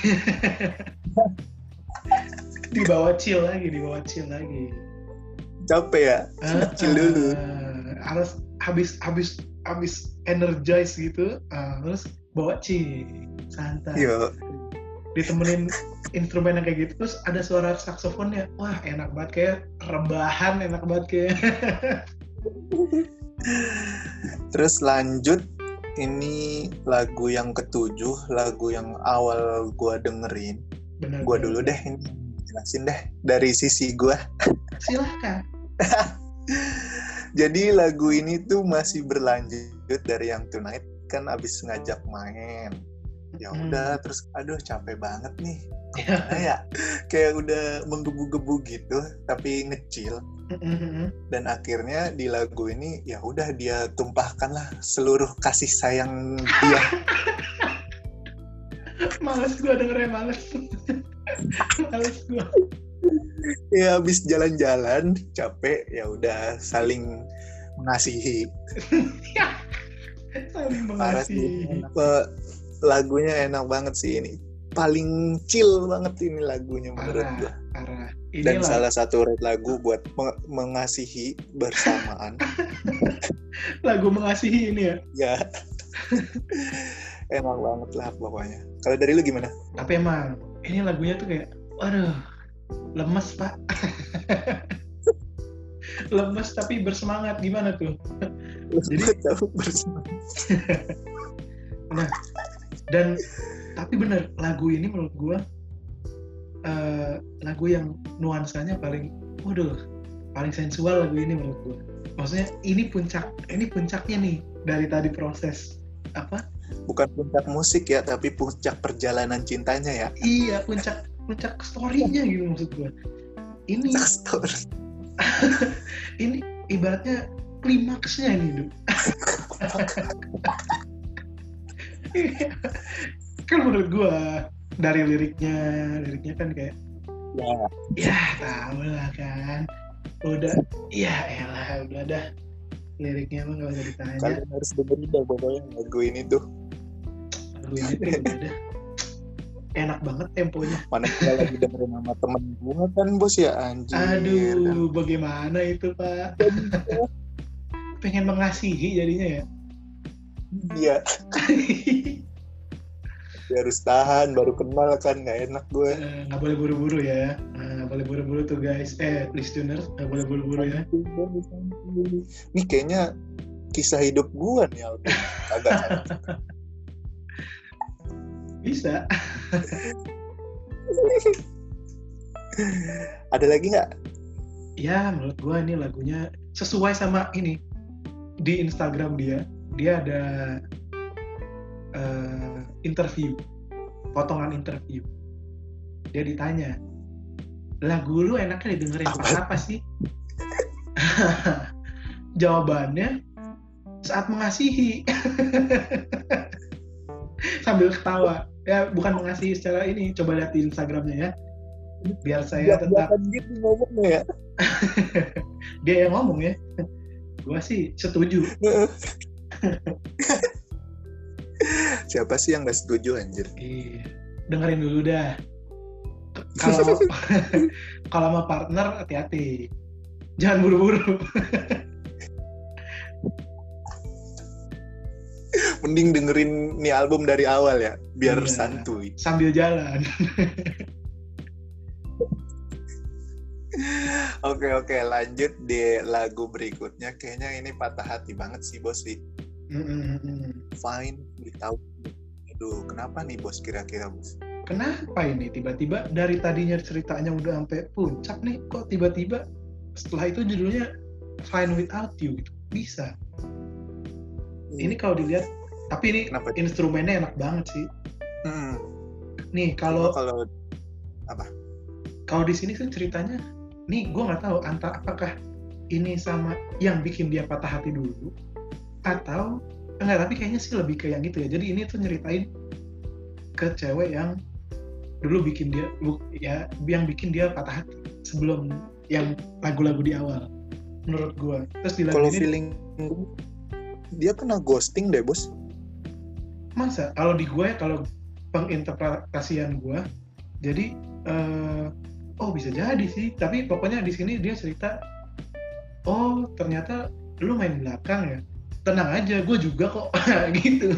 dibawa chill lagi. Capek ya? Chill dulu. Harus habis energize gitu, terus bawa chill, santai. Yo. Ditemenin instrumen yang kayak gitu, terus ada suara saksofonnya, wah enak banget, kayak rebahan, enak banget kayak. Terus lanjut, ini lagu yang ke-7, lagu yang awal gue dengerin. Gue dulu deh, ini jelasin deh dari sisi gue. Silahkan. Jadi lagu ini tuh masih berlanjut dari yang Tonight, kan abis ngajak main. Ya udah, terus aduh capek banget nih. Ya kayak udah menggebu-gebu gitu, tapi ngecil. Dan akhirnya di lagu ini ya udah dia tumpahkanlah seluruh kasih sayang dia. Males gue dengernya, males gue. Ya habis jalan-jalan capek, ya udah saling mengasihi. Saling mengasihi. Lagunya enak banget sih ini. Paling chill banget ini lagunya menurut gue. Parah. Dan salah satu lagu buat mengasihi bersamaan. Lagu mengasihi ini ya? Ya. Enak banget lah pokoknya. Kalau dari lu gimana? Tapi emang ini lagunya tuh kayak, waduh, lemes pak. Lemes tapi bersemangat, gimana tuh? Jadi bersemangat. Nah, dan tapi bener, lagu ini menurut gue lagu yang nuansanya paling sensual lagu ini menurut gue. Maksudnya ini puncaknya nih dari tadi proses apa? Bukan puncak musik ya, tapi puncak perjalanan cintanya ya. Iya, puncak story-nya gitu maksud gue. Ini story. ini ibaratnya klimaksnya nih, Du. Kan menurut gue dari liriknya kan kayak ya tahu lah kan, udah dah liriknya emang gak usah ditanya. Kalian harus dengerin dah pokoknya lagu ini tuh udah enak banget temponya. Mana kita lagi dengerin sama temen gue kan bos ya, anjir. Aduh, bagaimana itu pak? Pengen mengasihi jadinya ya. Iya. Ya harus tahan, baru kenal kan, nggak enak gue. Nggak boleh buru-buru ya. Nggak boleh buru-buru tuh guys. Listeners, nggak boleh buru-buru ya. Ini kayaknya kisah hidup gue nih, Alvin. Agak. Bisa. Ada lagi nggak? Ya, menurut gue ini lagunya sesuai sama ini. Di Instagram dia ada interview, potongan interview. Dia ditanya, lagu lu enaknya didengerin apa sih? Jawabannya, saat mengasihi. Sambil ketawa. Ya, bukan mengasihi secara ini. Coba lihat di Instagramnya ya. Biar saya tetap. Gitu ngomongnya ya. Dia yang ngomong ya. Gua sih setuju. Siapa sih yang nggak setuju anjir? Iya. Dengerin dulu dah. Kalau kalau sama partner hati-hati. Jangan buru-buru. Mending dengerin nih album dari awal ya, biar Iya. santuy. Sambil jalan. Oke, lanjut di lagu berikutnya. Kayaknya ini patah hati banget sih bos sih. Fine, tahu. Aduh, kenapa nih bos kira-kira bos? Kenapa ini tiba-tiba dari tadinya ceritanya udah sampai puncak nih, kok tiba-tiba setelah itu judulnya Fine Without You gitu. Bisa. Ini kalau dilihat, tapi ini Kenapa? instrumennya enak banget sih. Nih Kalau kalau di sini kan ceritanya, nih gue nggak tahu apakah ini sama yang bikin dia patah hati dulu atau enggak, tapi kayaknya sih lebih ke yang gitu ya. Jadi ini tuh nyeritain ke cewek yang dulu bikin dia patah hati sebelum yang lagu-lagu di awal menurut gue. Terus di lagu kalau ini feeling dia kena ghosting deh bos. masa kalau di gue, kalau penginterpretasian gue, jadi bisa jadi sih, tapi pokoknya di sini dia cerita, oh ternyata lu main belakang ya, tenang aja, gue juga kok. Gitu.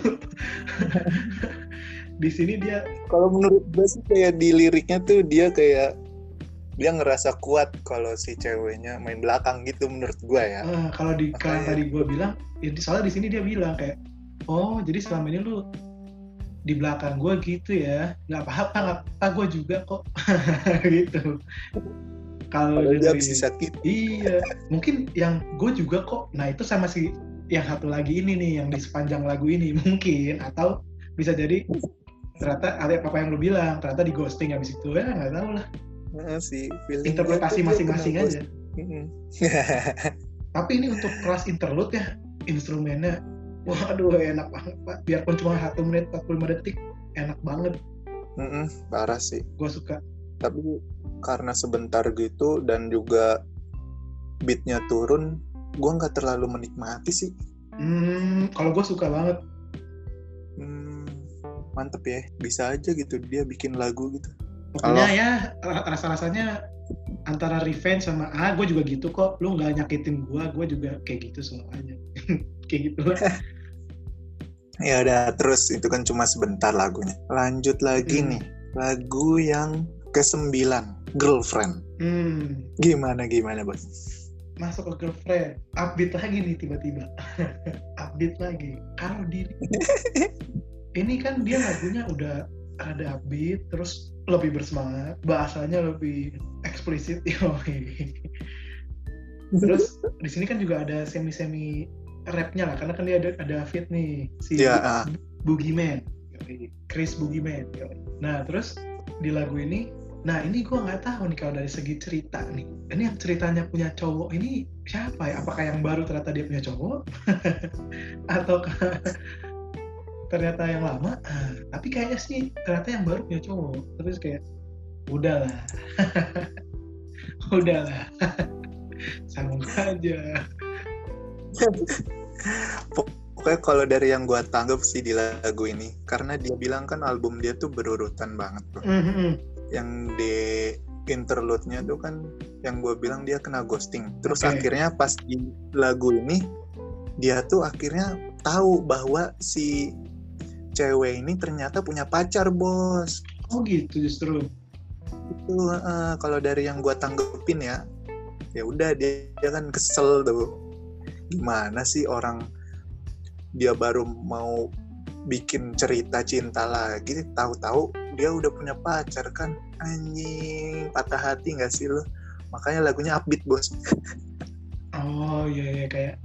Di sini dia, Kalau menurut gue sih kayak di liriknya tuh dia ngerasa kuat kalau si ceweknya main belakang gitu menurut gue ya. kalau tadi gue bilang, ya, soalnya di sini dia bilang kayak, oh jadi selama ini lu di belakang gue gitu ya, nggak apa-apa, gue juga kok. Gitu. Kalau dia habis disakit. Iya, mungkin yang gue juga kok. Nah itu sama si yang satu lagi ini nih, yang di sepanjang lagu ini mungkin, atau bisa jadi ternyata apa yang lu bilang, ternyata di ghosting habis itu ya, nggak tahu lah. Si Interpretasi masing-masing aja. Tapi ini untuk kelas interlude ya, instrumennya, waduh enak banget Pak. Biarpun cuma 1 menit 45 detik, enak banget. Parah sih. Gue suka. Tapi karena sebentar gitu dan juga beatnya turun, gue nggak terlalu menikmati sih. Kalau gue suka banget. Mantep ya, bisa aja gitu dia bikin lagu gitu. Pokoknya ya rasa-rasanya antara revenge sama gue juga gitu kok, lu nggak nyakitin gue juga kayak gitu semuanya. Kayak gitu lah. Ya udah, terus itu kan cuma sebentar lagunya. Lanjut lagi nih, lagu yang ke-9, Girlfriend. Gimana bos? Masuk ke Girlfriend, upbeat lagi nih tiba-tiba. Upbeat lagi. Kalau ini kan dia lagunya udah ada upbeat, terus lebih bersemangat, bahasanya lebih eksplisit. Terus di sini kan juga ada semi rapnya lah, karena kan dia ada feat nih si Boogeyman, Chris Boogeyman. Nah terus di lagu ini, nah ini gue nggak tahu nih kalau dari segi cerita nih, ini yang ceritanya punya cowok ini siapa ya? Apakah yang baru ternyata dia punya cowok, atau ternyata yang lama? Tapi kayaknya sih ternyata yang baru punya cowok. Terus kayak udahlah, sambung aja. Pokoknya kalau dari yang gue tanggap sih di lagu ini, karena dia bilang kan album dia tuh berurutan banget tuh. Yang di interlude-nya tuh kan yang gue bilang dia kena ghosting. Terus akhirnya pas di lagu ini dia tuh akhirnya tahu bahwa si cewek ini ternyata punya pacar bos. Oh gitu justru. Itu kalau dari yang gue tanggepin ya udah dia kan kesel tuh. Gimana sih orang dia baru mau bikin cerita cinta lagi, tahu-tahu dia udah punya pacar kan, anjing, patah hati nggak sih lo? Makanya lagunya upbeat bos. Oh iya kayak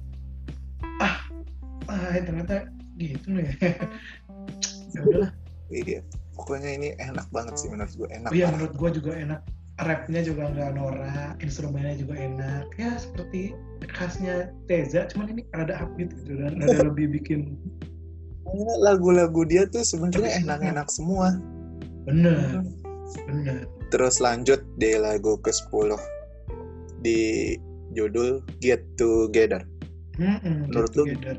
ternyata gitu nih. Ya udahlah. Iya, pokoknya ini enak banget sih menurut gue, enak. Iya menurut gue juga enak. Rapnya juga nggak norak, instrumennya juga enak. Ya seperti khasnya Teza, cuman ini rada upbeat gitu dan rada lebih bikin. Lagu-lagu dia tuh sebenarnya enak-enak semua. Bener. Terus lanjut di lagu ke-10 di judul Get Together. Menurut Get lu? Together.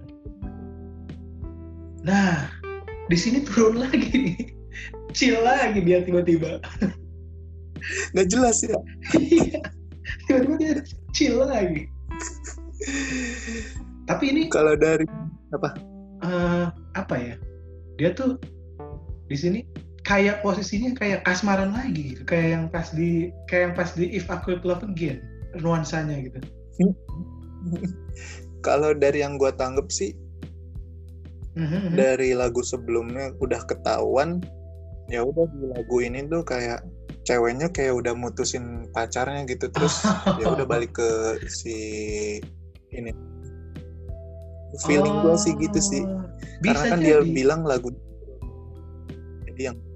Nah, di sini turun lagi nih. Chill lagi dia tiba-tiba. Nggak jelas ya. Tiba-tiba dia chill lagi. Tapi ini Kalau dari apa? apa ya? Dia tuh di sini kayak posisinya kayak kasmaran lagi gitu. Kayak yang pas di If I Could Love Again nuansanya gitu. Kalau dari yang gue tanggep sih, dari lagu sebelumnya udah ketahuan, ya udah di lagu ini tuh kayak ceweknya kayak udah mutusin pacarnya gitu, terus ya udah balik ke si ini. Feeling gue sih gitu sih, karena Bisa kan jadi. dia bilang lagu jadi yang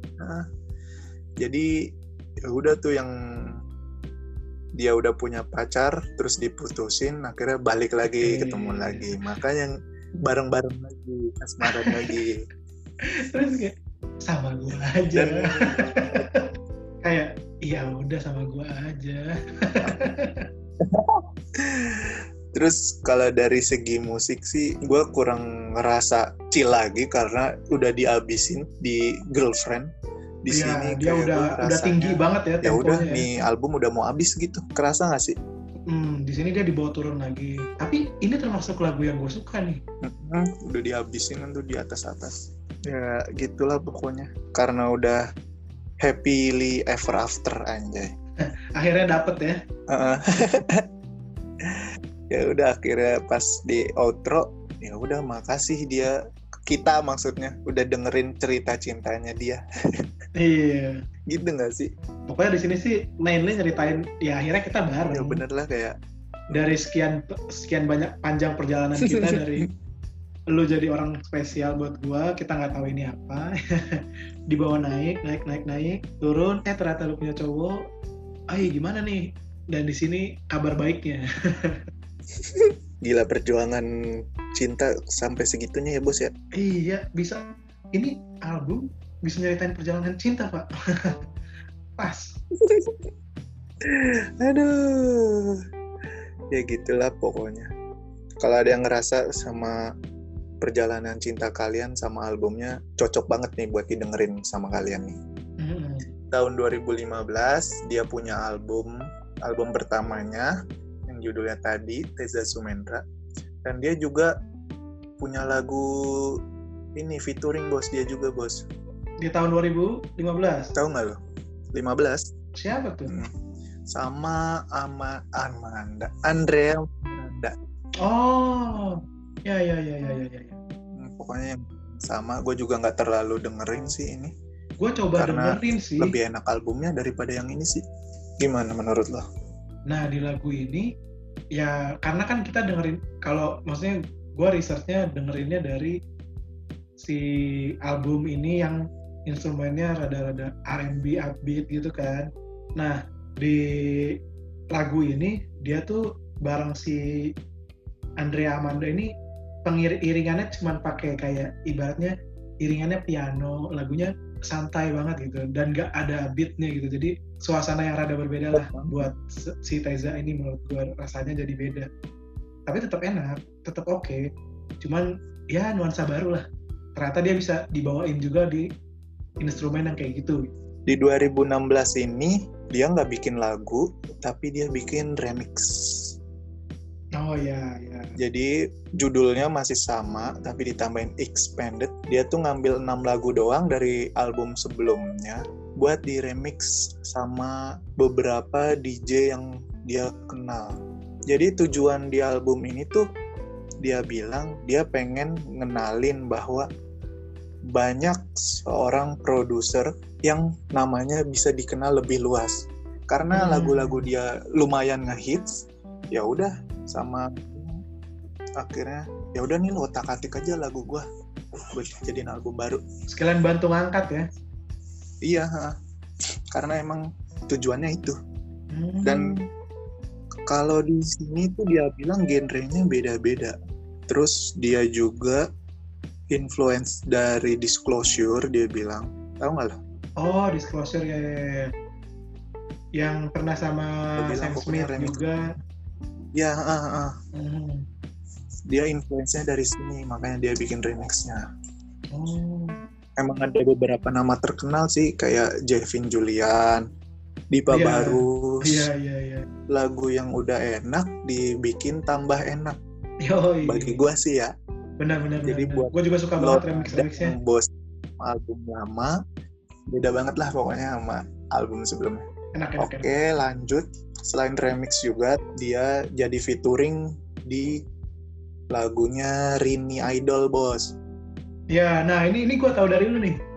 jadi ya udah tuh yang dia udah punya pacar terus diputusin, akhirnya balik lagi, ketemu lagi, makanya bareng-bareng lagi, kasmaran lagi. Terus kayak sama gua aja. Dan kayak iya udah sama gua aja. terus kalau dari segi musik sih gue kurang ngerasa chill lagi karena udah dihabisin di Girlfriend. Di sini dia kayak udah tinggi banget ya ya temponya. udah nih album udah mau habis gitu, kerasa nggak sih? Di sini dia dibawa turun lagi. Tapi ini termasuk lagu yang gue suka nih. Udah dihabisin kan tuh di atas. Ya gitulah pokoknya. Karena udah happily ever after anjay. Akhirnya dapet ya. Ya udah akhirnya pas di outro, ya udah makasih dia, kita maksudnya udah dengerin cerita cintanya dia. Iya. Gitu nggak sih? Pokoknya di sini sih mainly nyeritain ya akhirnya kita bareng. Ya bener lah, kayak dari sekian banyak panjang perjalanan kita dari lu jadi orang spesial buat gua, kita nggak tahu ini apa. Dibawa naik, turun, ternyata lu punya cowok. Gimana nih? Dan di sini kabar baiknya. Gila perjuangan cinta sampai segitunya ya bos ya. Iya, bisa. Ini album bisa nyeritain perjalanan cinta, Pak. Pas. Aduh. Ya gitulah pokoknya. Kalau ada yang ngerasa sama perjalanan cinta kalian sama albumnya, cocok banget nih buat didengerin sama kalian nih. Tahun 2015 dia punya album pertamanya yang judulnya tadi Teza Sumendra, dan dia juga punya lagu ini featuring bos dia juga bos di tahun 2015. Tahu nggak lo? 15. Siapa tuh? Sama Amanda Andrea Amanda. Oh ya. Pokoknya yang sama, gue juga nggak terlalu dengerin sih ini. Gue coba karena dengerin sih. Lebih enak albumnya daripada yang ini sih. Gimana menurut lo? Nah di lagu ini ya karena kan kita dengerin, kalau maksudnya gue researchnya dengerinnya dari si album ini yang instrumennya rada-rada R&B upbeat gitu kan. Nah di lagu ini dia tuh bareng si Andrea Amanda ini iringannya cuma pakai kayak ibaratnya iringannya piano, lagunya santai banget gitu dan gak ada beatnya gitu, jadi suasana yang rada berbeda lah buat si Teza ini. Menurut gue rasanya jadi beda, tapi tetap enak, tetap oke. Cuman ya nuansa baru lah, ternyata dia bisa dibawain juga di instrumen yang kayak gitu. Di 2016 ini dia nggak bikin lagu, tapi dia bikin remix. Oh ya. Jadi judulnya masih sama, tapi ditambahin expanded. Dia tuh ngambil 6 lagu doang dari album sebelumnya buat di remix sama beberapa DJ yang dia kenal. Jadi tujuan di album ini tuh dia bilang dia pengen ngenalin bahwa banyak seorang produser yang namanya bisa dikenal lebih luas. Karena lagu-lagu dia lumayan ngehits, ya udah sama akhirnya ya udah nih lo otak-atik aja lagu gue jadiin album baru. Sekalian bantu ngangkat ya. Iya, karena emang tujuannya itu. Dan kalau di sini tuh dia bilang genrenya beda-beda. Terus dia juga influence dari Disclosure, dia bilang. Tahu nggak lo? Oh, Disclosure ya. Yang pernah sama Sam Smith juga. Ya, dia influence-nya dari sini, makanya dia bikin remix-nya. Oh. Emang ada beberapa nama terkenal sih, kayak Jevin Julian, Dipa Iya. Barus. Iya. Lagu yang udah enak dibikin tambah enak. Yoi. Bagi gua sih ya. Benar. Jadi buat Gue juga suka lo banget remix-remixnya. yang bos album lama, beda banget lah pokoknya sama album sebelumnya. Enak. Oke, lanjut. Selain remix juga, dia jadi featuring di lagunya Rini Idol, bos. Ya, nah ini gue tahu dari lu nih.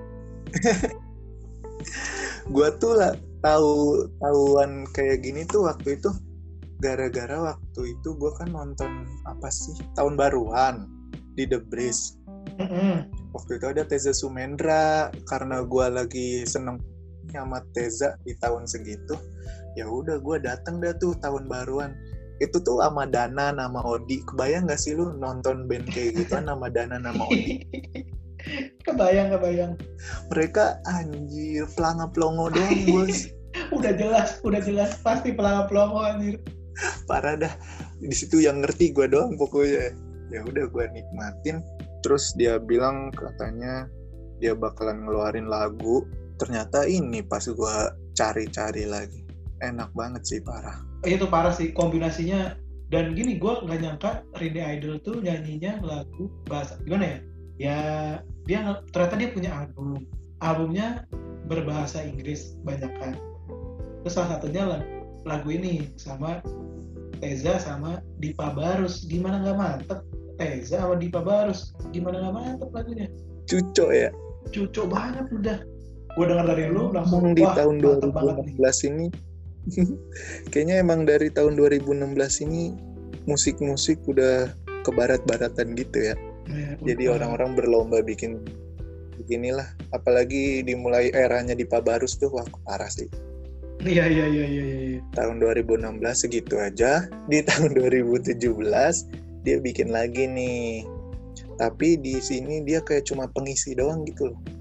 Gua tuh lah tahuan kayak gini tuh waktu itu gara-gara waktu itu gua kan nonton apa sih tahun baruan di The Breeze. Waktu itu ada Teza Sumendra, karena gua lagi seneng sama Teza di tahun segitu. Ya udah gua dateng dah tuh tahun baruan. Itu tuh sama Dana nama Odi. Kebayang gak sih lu nonton band kayak gitu nama Dana nama Odi? Kebayang. Mereka anjir pelanga-pelongo doang, bos. Udah jelas pasti pelongo anjir. Parah dah. Di situ yang ngerti gue doang pokoknya. Ya udah gue nikmatin. Terus dia bilang katanya dia bakalan ngeluarin lagu. Ternyata ini pas gue cari-cari lagi. Enak banget sih, parah. Itu parah sih kombinasinya. Dan gini, gue nggak nyangka Rini Idol tuh nyanyinya lagu bahasa gimana ya? Ya dia ternyata dia punya albumnya berbahasa Inggris banyak kan. Terus salah satunya lagu ini sama Teza sama Dipa Barus. Gimana nggak mantep? Teza sama Dipa Barus gimana nggak mantep lagunya? Cucok ya. Cucok banget udah. Gue dengar dari lu langsung di wah, tahun mantep banget 2016 ini. Kayaknya emang dari tahun 2016 ini musik-musik udah ke barat-baratan gitu ya. Jadi orang-orang berlomba bikin beginilah. Apalagi dimulai eranya Dipa Barus tuh, wah parah sih. Iya. Tahun 2016 segitu aja. Di tahun 2017 dia bikin lagi nih. Tapi di sini dia kayak cuma pengisi doang gitu loh.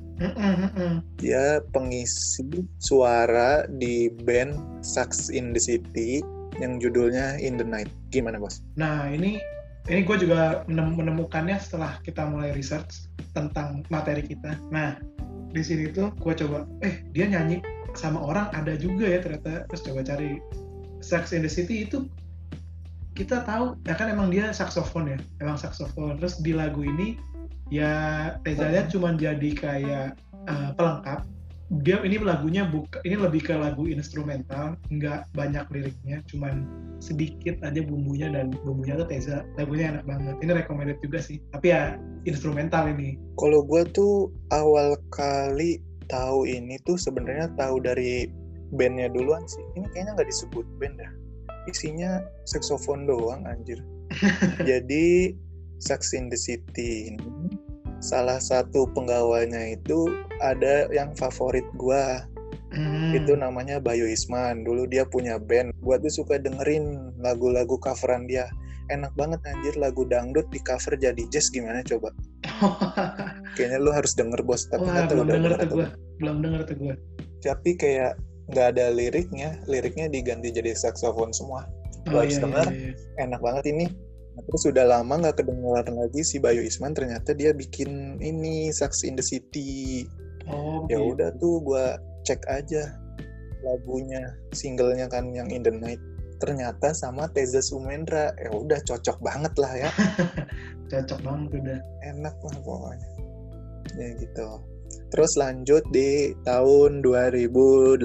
Dia pengisi suara di band Sax in the City yang judulnya In the Night. Gimana, bos? Nah, ini gue juga menemukannya setelah kita mulai research tentang materi kita. Nah, di sini tuh gue coba, dia nyanyi sama orang ada juga ya ternyata. Terus coba cari Sax in the City itu kita tahu ya kan emang dia saksofon ya, emang saksofon. Terus di lagu ini ya Teza cuma jadi kayak pelengkap. Dia ini lagunya ini lebih ke lagu instrumental, nggak banyak liriknya, cuman sedikit aja bumbunya dan bumbunya tuh Teza. Lagunya enak banget. Ini recommended juga sih. Tapi ya instrumental ini. Kalau gue tuh awal kali tahu ini tuh sebenarnya tahu dari bandnya duluan sih. Ini kayaknya nggak disebut band dah. Isinya saksofon doang anjir. Jadi Sax in the City ini salah satu penggawanya itu ada yang favorit gua. Itu namanya Bayu Isman. Dulu dia punya band. Gua tuh suka dengerin lagu-lagu coveran dia. Enak banget anjir, lagu dangdut di cover jadi jazz, gimana coba? Kayaknya lu harus denger, bos. Tapi belum denger tuh gua. Tapi kayak nggak ada liriknya diganti jadi saksofon semua. Gua harus denger. Iya. Enak banget ini. Terus sudah lama nggak kedengeran lagi si Bayu Isman, ternyata dia bikin ini Sax in the City. Ya udah tuh gue cek aja lagunya, singlenya kan yang In the Night. Ternyata sama Teza Sumendra. Ya udah cocok banget lah ya. Cocok banget udah. Enak lah pokoknya. Ya gitu. Terus lanjut di tahun 2018.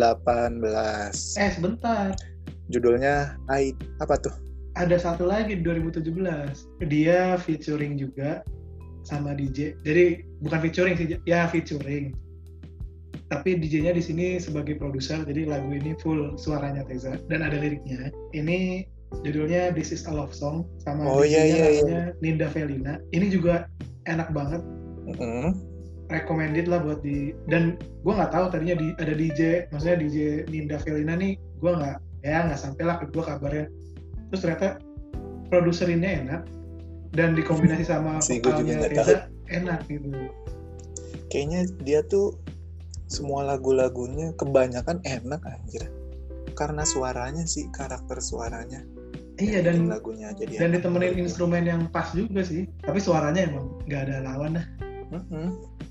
Sebentar. Judulnya apa tuh? Ada satu lagi di 2017. Dia featuring juga sama DJ. Jadi bukan featuring sih, ya featuring. Tapi DJ-nya di sini sebagai produser. Jadi lagu ini full suaranya Teza dan ada liriknya. Ini judulnya This Is a Love Song sama DJ-nya namanya Ninda Velina. Ini juga enak banget. Recommended lah buat dan gue nggak tahu tadinya ada DJ, maksudnya DJ Ninda Velina nih, gue nggak sampai lah ke gue kabarnya. Terus ternyata produserinnya enak dan dikombinasi sama vokalnya Teza enak gitu. Kayaknya dia tuh semua lagu-lagunya kebanyakan enak anjir. Karena suaranya sih, karakter suaranya. Iya, bikin dan lagunya jadi dan enak ditemenin menurut gua. instrumen yang pas juga sih. Tapi suaranya emang nggak ada lawan dah. Mm-mm.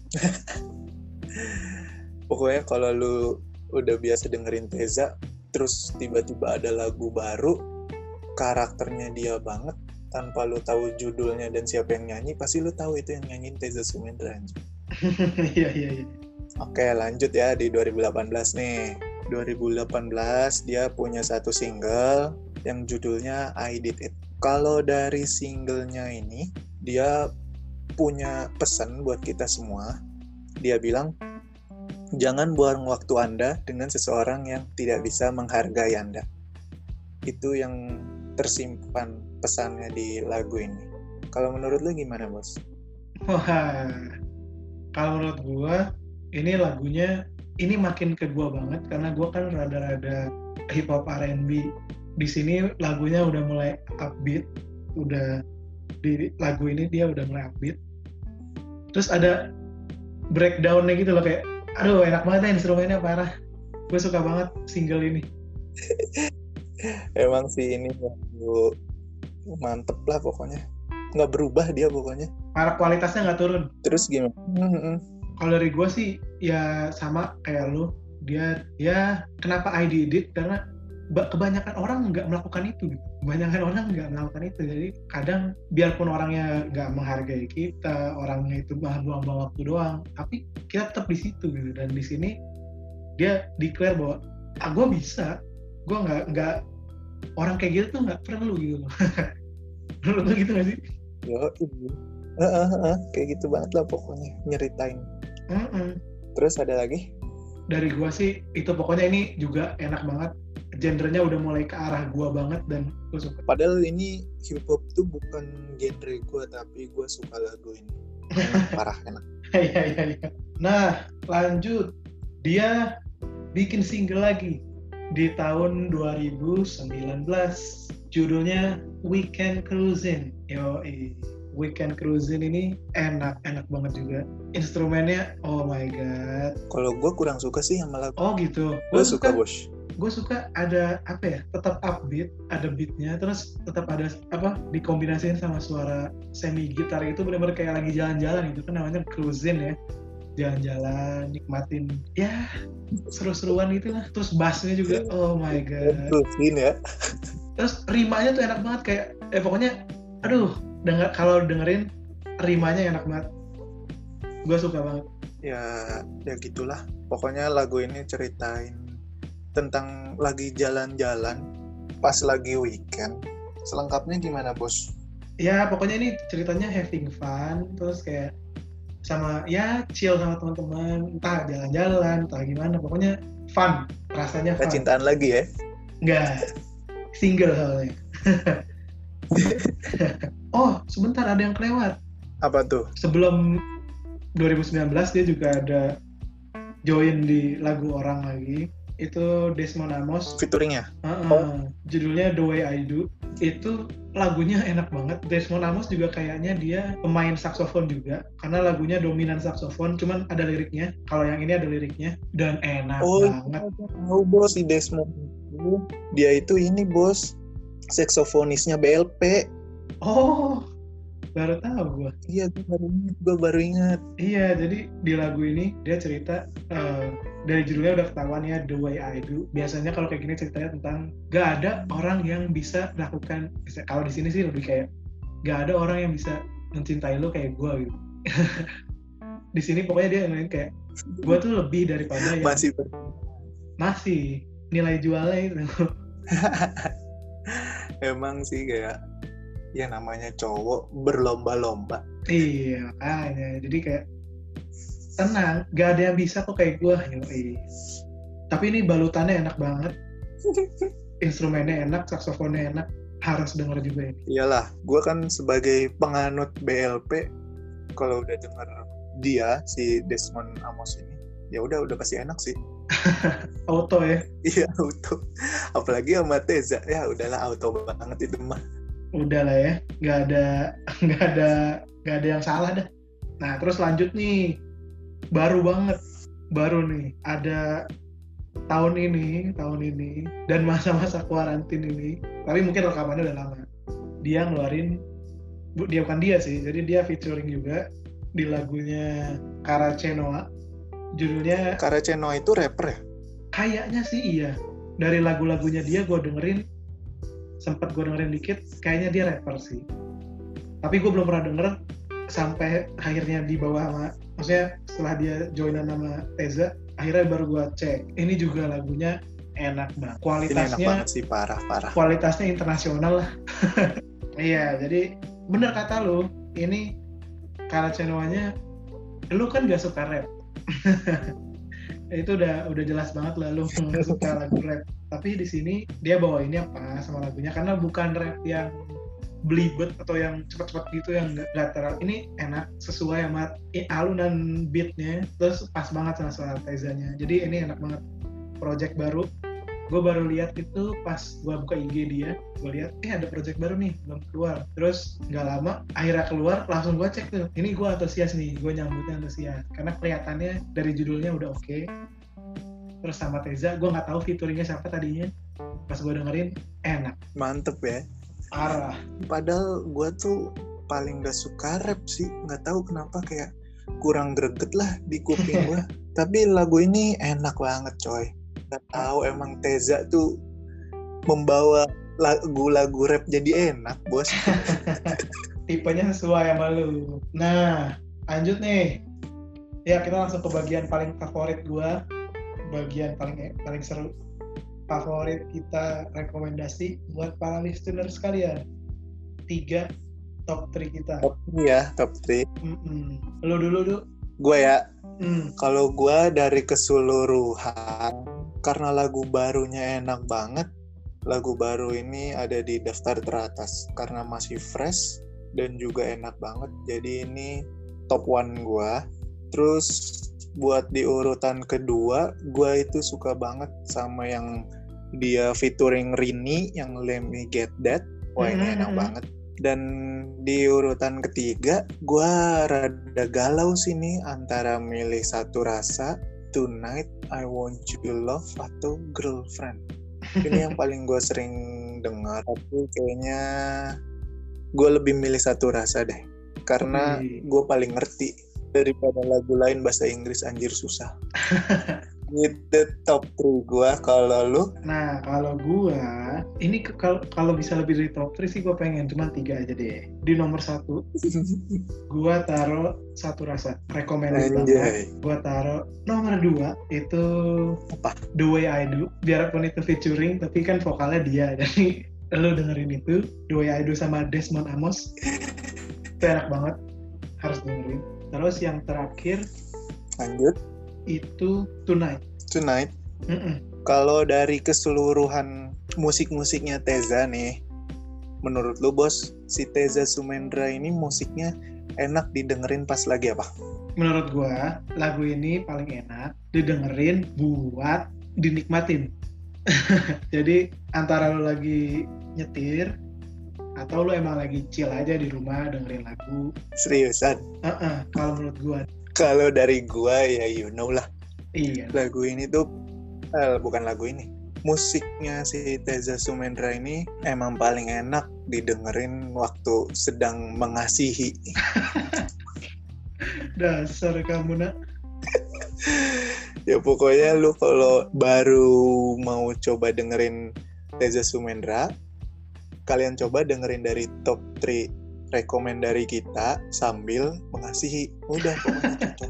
Pokoknya kalau lu udah biasa dengerin Teza, terus tiba-tiba ada lagu baru, karakternya dia banget, tanpa lu tahu judulnya dan siapa yang nyanyi, pasti lu tahu itu yang nyanyiin Teza Sumendra anjing. Iya, iya, iya. Oke, lanjut ya di 2018 nih. 2018 dia punya satu single yang judulnya I Did It. Kalau dari singlenya ini, dia punya pesan buat kita semua. Dia bilang, jangan buang waktu Anda dengan seseorang yang tidak bisa menghargai Anda. Itu yang tersimpan pesannya di lagu ini. Kalau menurut lu gimana, Bos? Wah, kalau menurut gua ini lagunya ini makin ke gua banget karena gua kan rada-rada hip hop R&B. Di sini lagunya udah mulai upbeat, udah di lagu ini dia udah mulai upbeat. Terus ada breakdown-nya gitu loh, kayak aduh enak banget ya instrumennya, parah. Gue suka banget single ini. Emang sih ini lagu mantep lah pokoknya. Nggak berubah dia pokoknya. Parah, kualitasnya nggak turun. Terus gimana? Kalau dari gue sih ya sama kayak lu, dia ya kenapa I did it karena kebanyakan orang nggak melakukan itu gitu. Kebanyakan orang nggak melakukan itu, jadi kadang biarpun orangnya nggak menghargai kita, orangnya itu buang-buang waktu doang, tapi kita tetap di situ gitu. Dan di sini dia declare bahwa gue bisa, gue nggak orang kayak gitu tuh nggak perlu gitu loh. Menurut lu gitu nggak sih? Yo, kayak gitu banget lah pokoknya nyeritain. Mm-mm. Terus ada lagi? Dari gua sih itu pokoknya ini juga enak banget, genrenya udah mulai ke arah gua banget dan gua suka. Padahal ini hip hop tuh bukan genre gua, tapi gua suka lagu ini. Parah enak. Iya. Nah lanjut, dia bikin single lagi di tahun 2019, judulnya Weekend Cruising. Weekend Cruising ini enak banget juga. Instrumennya, oh my god. Kalau gue kurang suka sih sama lagu. Oh gitu. Gue suka, Bos. Gue suka ada apa ya? Tetap upbeat, ada beatnya, terus tetap ada apa? Dikombinasiin sama suara semi gitar itu benar-benar kayak lagi jalan-jalan gitu kan, namanya cruising ya. Jalan-jalan, nikmatin, ya seru-seruan gitu lah. Terus bassnya juga, oh my god. Cruising ya. Terus rimanya tuh enak banget, kayak pokoknya aduh, kalau dengerin rimanya enak banget. Gue suka banget. Ya gitulah. Pokoknya lagu ini ceritain tentang lagi jalan-jalan pas lagi weekend. Selengkapnya gimana, Bos? Ya pokoknya ini ceritanya having fun, terus kayak sama ya chill sama teman-teman, entah jalan-jalan, entah gimana, pokoknya fun, rasanya fun. Cintaan lagi ya? Enggak, single soalnya. Oh, sebentar, ada yang kelewat. Apa tuh? Sebelum 2019 dia juga ada join di lagu orang lagi. Itu Desmond Amos. Featuringnya? Judulnya The Way I Do. Itu lagunya enak banget. Desmond Amos juga kayaknya dia pemain saksofon juga, karena lagunya dominan saksofon, cuman ada liriknya. Kalau yang ini ada liriknya dan enak banget. Oh, Bos, si Desmond itu dia itu ini, Bos, saksofonisnya BLP. Oh, baru tahu gue. Iya, gue baru ingat. Iya, jadi di lagu ini dia cerita, dari judulnya udah ketahuan ya, The Way I Do. Biasanya kalau kayak gini ceritanya tentang gak ada orang yang bisa melakukan, kalau di sini sih lebih kayak gak ada orang yang bisa mencintai lo kayak gue gitu. Di sini pokoknya dia ngomongin kayak gue tuh lebih daripada yang masih nilai jualnya itu. Emang sih kayak ya namanya cowok berlomba-lomba. Iya, makanya. Jadi kayak tenang, gak ada yang bisa kok kayak gue. Tapi ini balutannya enak banget. Instrumennya enak, saksofonnya enak. Harus denger juga ini. Iyalah, gue kan sebagai penganut BLP, kalau udah denger dia, si Desmond Amos ini, ya udah pasti enak sih. Auto ya? Iya, auto. Apalagi sama Teza, ya udahlah auto banget itu mah. Udah lah ya, nggak ada yang salah dah. Nah terus lanjut nih, baru nih ada tahun ini dan masa-masa kuarantin ini, tapi mungkin rekamannya udah lama. Dia ngeluarin, dia bukan dia sih, jadi dia featuring juga di lagunya Karacenoa. Judulnya Karacenoa itu rapper ya? kayaknya sih iya. Dari lagu-lagunya dia sempat gue dengerin dikit, kayaknya dia rapper sih. Tapi gue belum pernah denger sampai akhirnya di bawah sama, maksudnya setelah dia joinan sama Teza, akhirnya baru gue cek. Ini juga lagunya enak banget. Ini enak banget sih, parah. Kualitasnya internasional lah. Iya, jadi bener kata lu, ini Karacenoanya, lu kan gak suka rap. Itu udah jelas banget lah lu gak suka lagu rap. Tapi di sini dia bawainnya pas sama lagunya, karena bukan rap yang belibet atau yang cepet-cepet gitu, yang gak terlalu. Ini enak, sesuai sama alunan beatnya, terus pas banget sama suara Tezanya. Jadi ini enak banget. Project baru, gue baru lihat itu pas gue buka IG dia, gue lihat ada project baru nih, belum keluar. Terus nggak lama akhirnya keluar, langsung gue cek tuh. Ini gue antusias nih, gue nyambutnya antusias karena kelihatannya dari judulnya udah oke. Terus sama Teza, gue nggak tahu featuringnya siapa tadinya. Pas gue dengerin, enak, Mantep ya. parah. Padahal gue tuh paling gak suka rap sih, nggak tahu kenapa, kayak kurang greget lah di kuping gue. Tapi lagu ini enak banget coy. Gak tahu emang Teza tuh membawa lagu-lagu rap jadi enak, bos. Tipenya sesuai sama lu. Nah, lanjut nih. Ya, kita langsung ke bagian paling favorit gua. Bagian paling seru. Favorit kita, rekomendasi buat para listener sekalian. 3 top 3 kita. Top 3. Lu dulu. Gue ya. Kalau gue dari keseluruhan, karena lagu barunya enak banget, lagu baru ini ada di daftar teratas karena masih fresh dan juga enak banget. Jadi ini top 1 gue. Terus buat di urutan kedua, gue itu suka banget sama yang dia featuring Rini, yang Let Me Get That. Wah, ini enak banget. Dan di urutan ketiga, gue rada galau sih nih antara milih satu rasa, Tonight I Want You Love atau Girlfriend. Ini yang paling gue sering dengar, tapi kayaknya gue lebih milih satu rasa deh, karena gue paling ngerti daripada lagu lain bahasa Inggris, anjir susah. Itu top 3 gue. Kalau lu? Nah, kalau gue ini kalau bisa lebih dari top 3 sih gue pengen, cuma 3 aja deh. Di nomor 1 gue taruh satu rasa, recommended banget. Gue taruh nomor 2 itu apa? The Way I Do. Biarpun itu featuring, tapi kan vokalnya dia. Jadi lu dengerin itu, The Way I Do sama Desmond Amos. Itu enak banget, harus dengerin. Terus yang terakhir, lanjut, itu Tonight. Kalau dari keseluruhan musik-musiknya Teza nih, menurut lu bos, si Teza Sumendra ini musiknya enak didengerin pas lagi apa? Menurut gua, lagu ini paling enak didengerin buat dinikmatin. Jadi antara lu lagi nyetir atau lu emang lagi chill aja di rumah dengerin lagu. Seriusan? Kalau menurut gua. Kalau dari gua ya you know lah. Iya. Lagu ini tuh bukan lagu ini. Musiknya si Teza Sumendra ini emang paling enak didengerin waktu sedang mengasihi. Dasar kamu nak. Ya pokoknya lu kalau baru mau coba dengerin Teza Sumendra, kalian coba dengerin dari top 3 rekomend dari kita sambil mengasihi. Udah pokoknya cocok.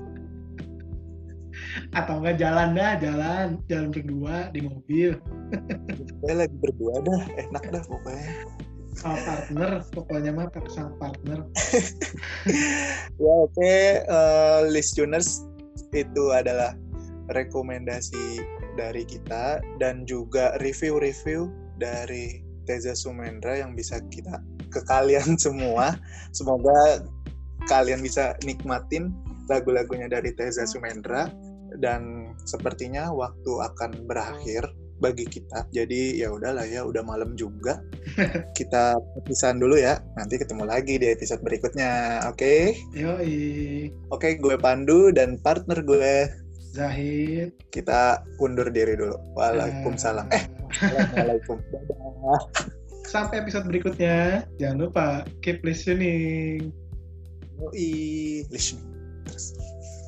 Atau enggak jalan berdua di mobil. Kita lagi berdua dah, enak dah pokoknya. Sama partner, pokoknya mah sama partner. Ya oke, listeners, itu adalah rekomendasi dari kita dan juga review-review dari Teza Sumendra yang bisa kita ke kalian semua. Semoga kalian bisa nikmatin lagu-lagunya dari Teza Sumendra, dan sepertinya waktu akan berakhir bagi kita. Jadi ya udahlah ya, udah malam juga. Kita pisahan dulu ya. Nanti ketemu lagi di episode berikutnya. Oke? Yoi. Oke, gue Pandu dan partner gue Zahid. Kita undur diri dulu. Waalaikumsalam. Waalaikumsalam. Dadah. Sampai episode berikutnya. Jangan lupa keep listening. Yoi. Listening. Terus.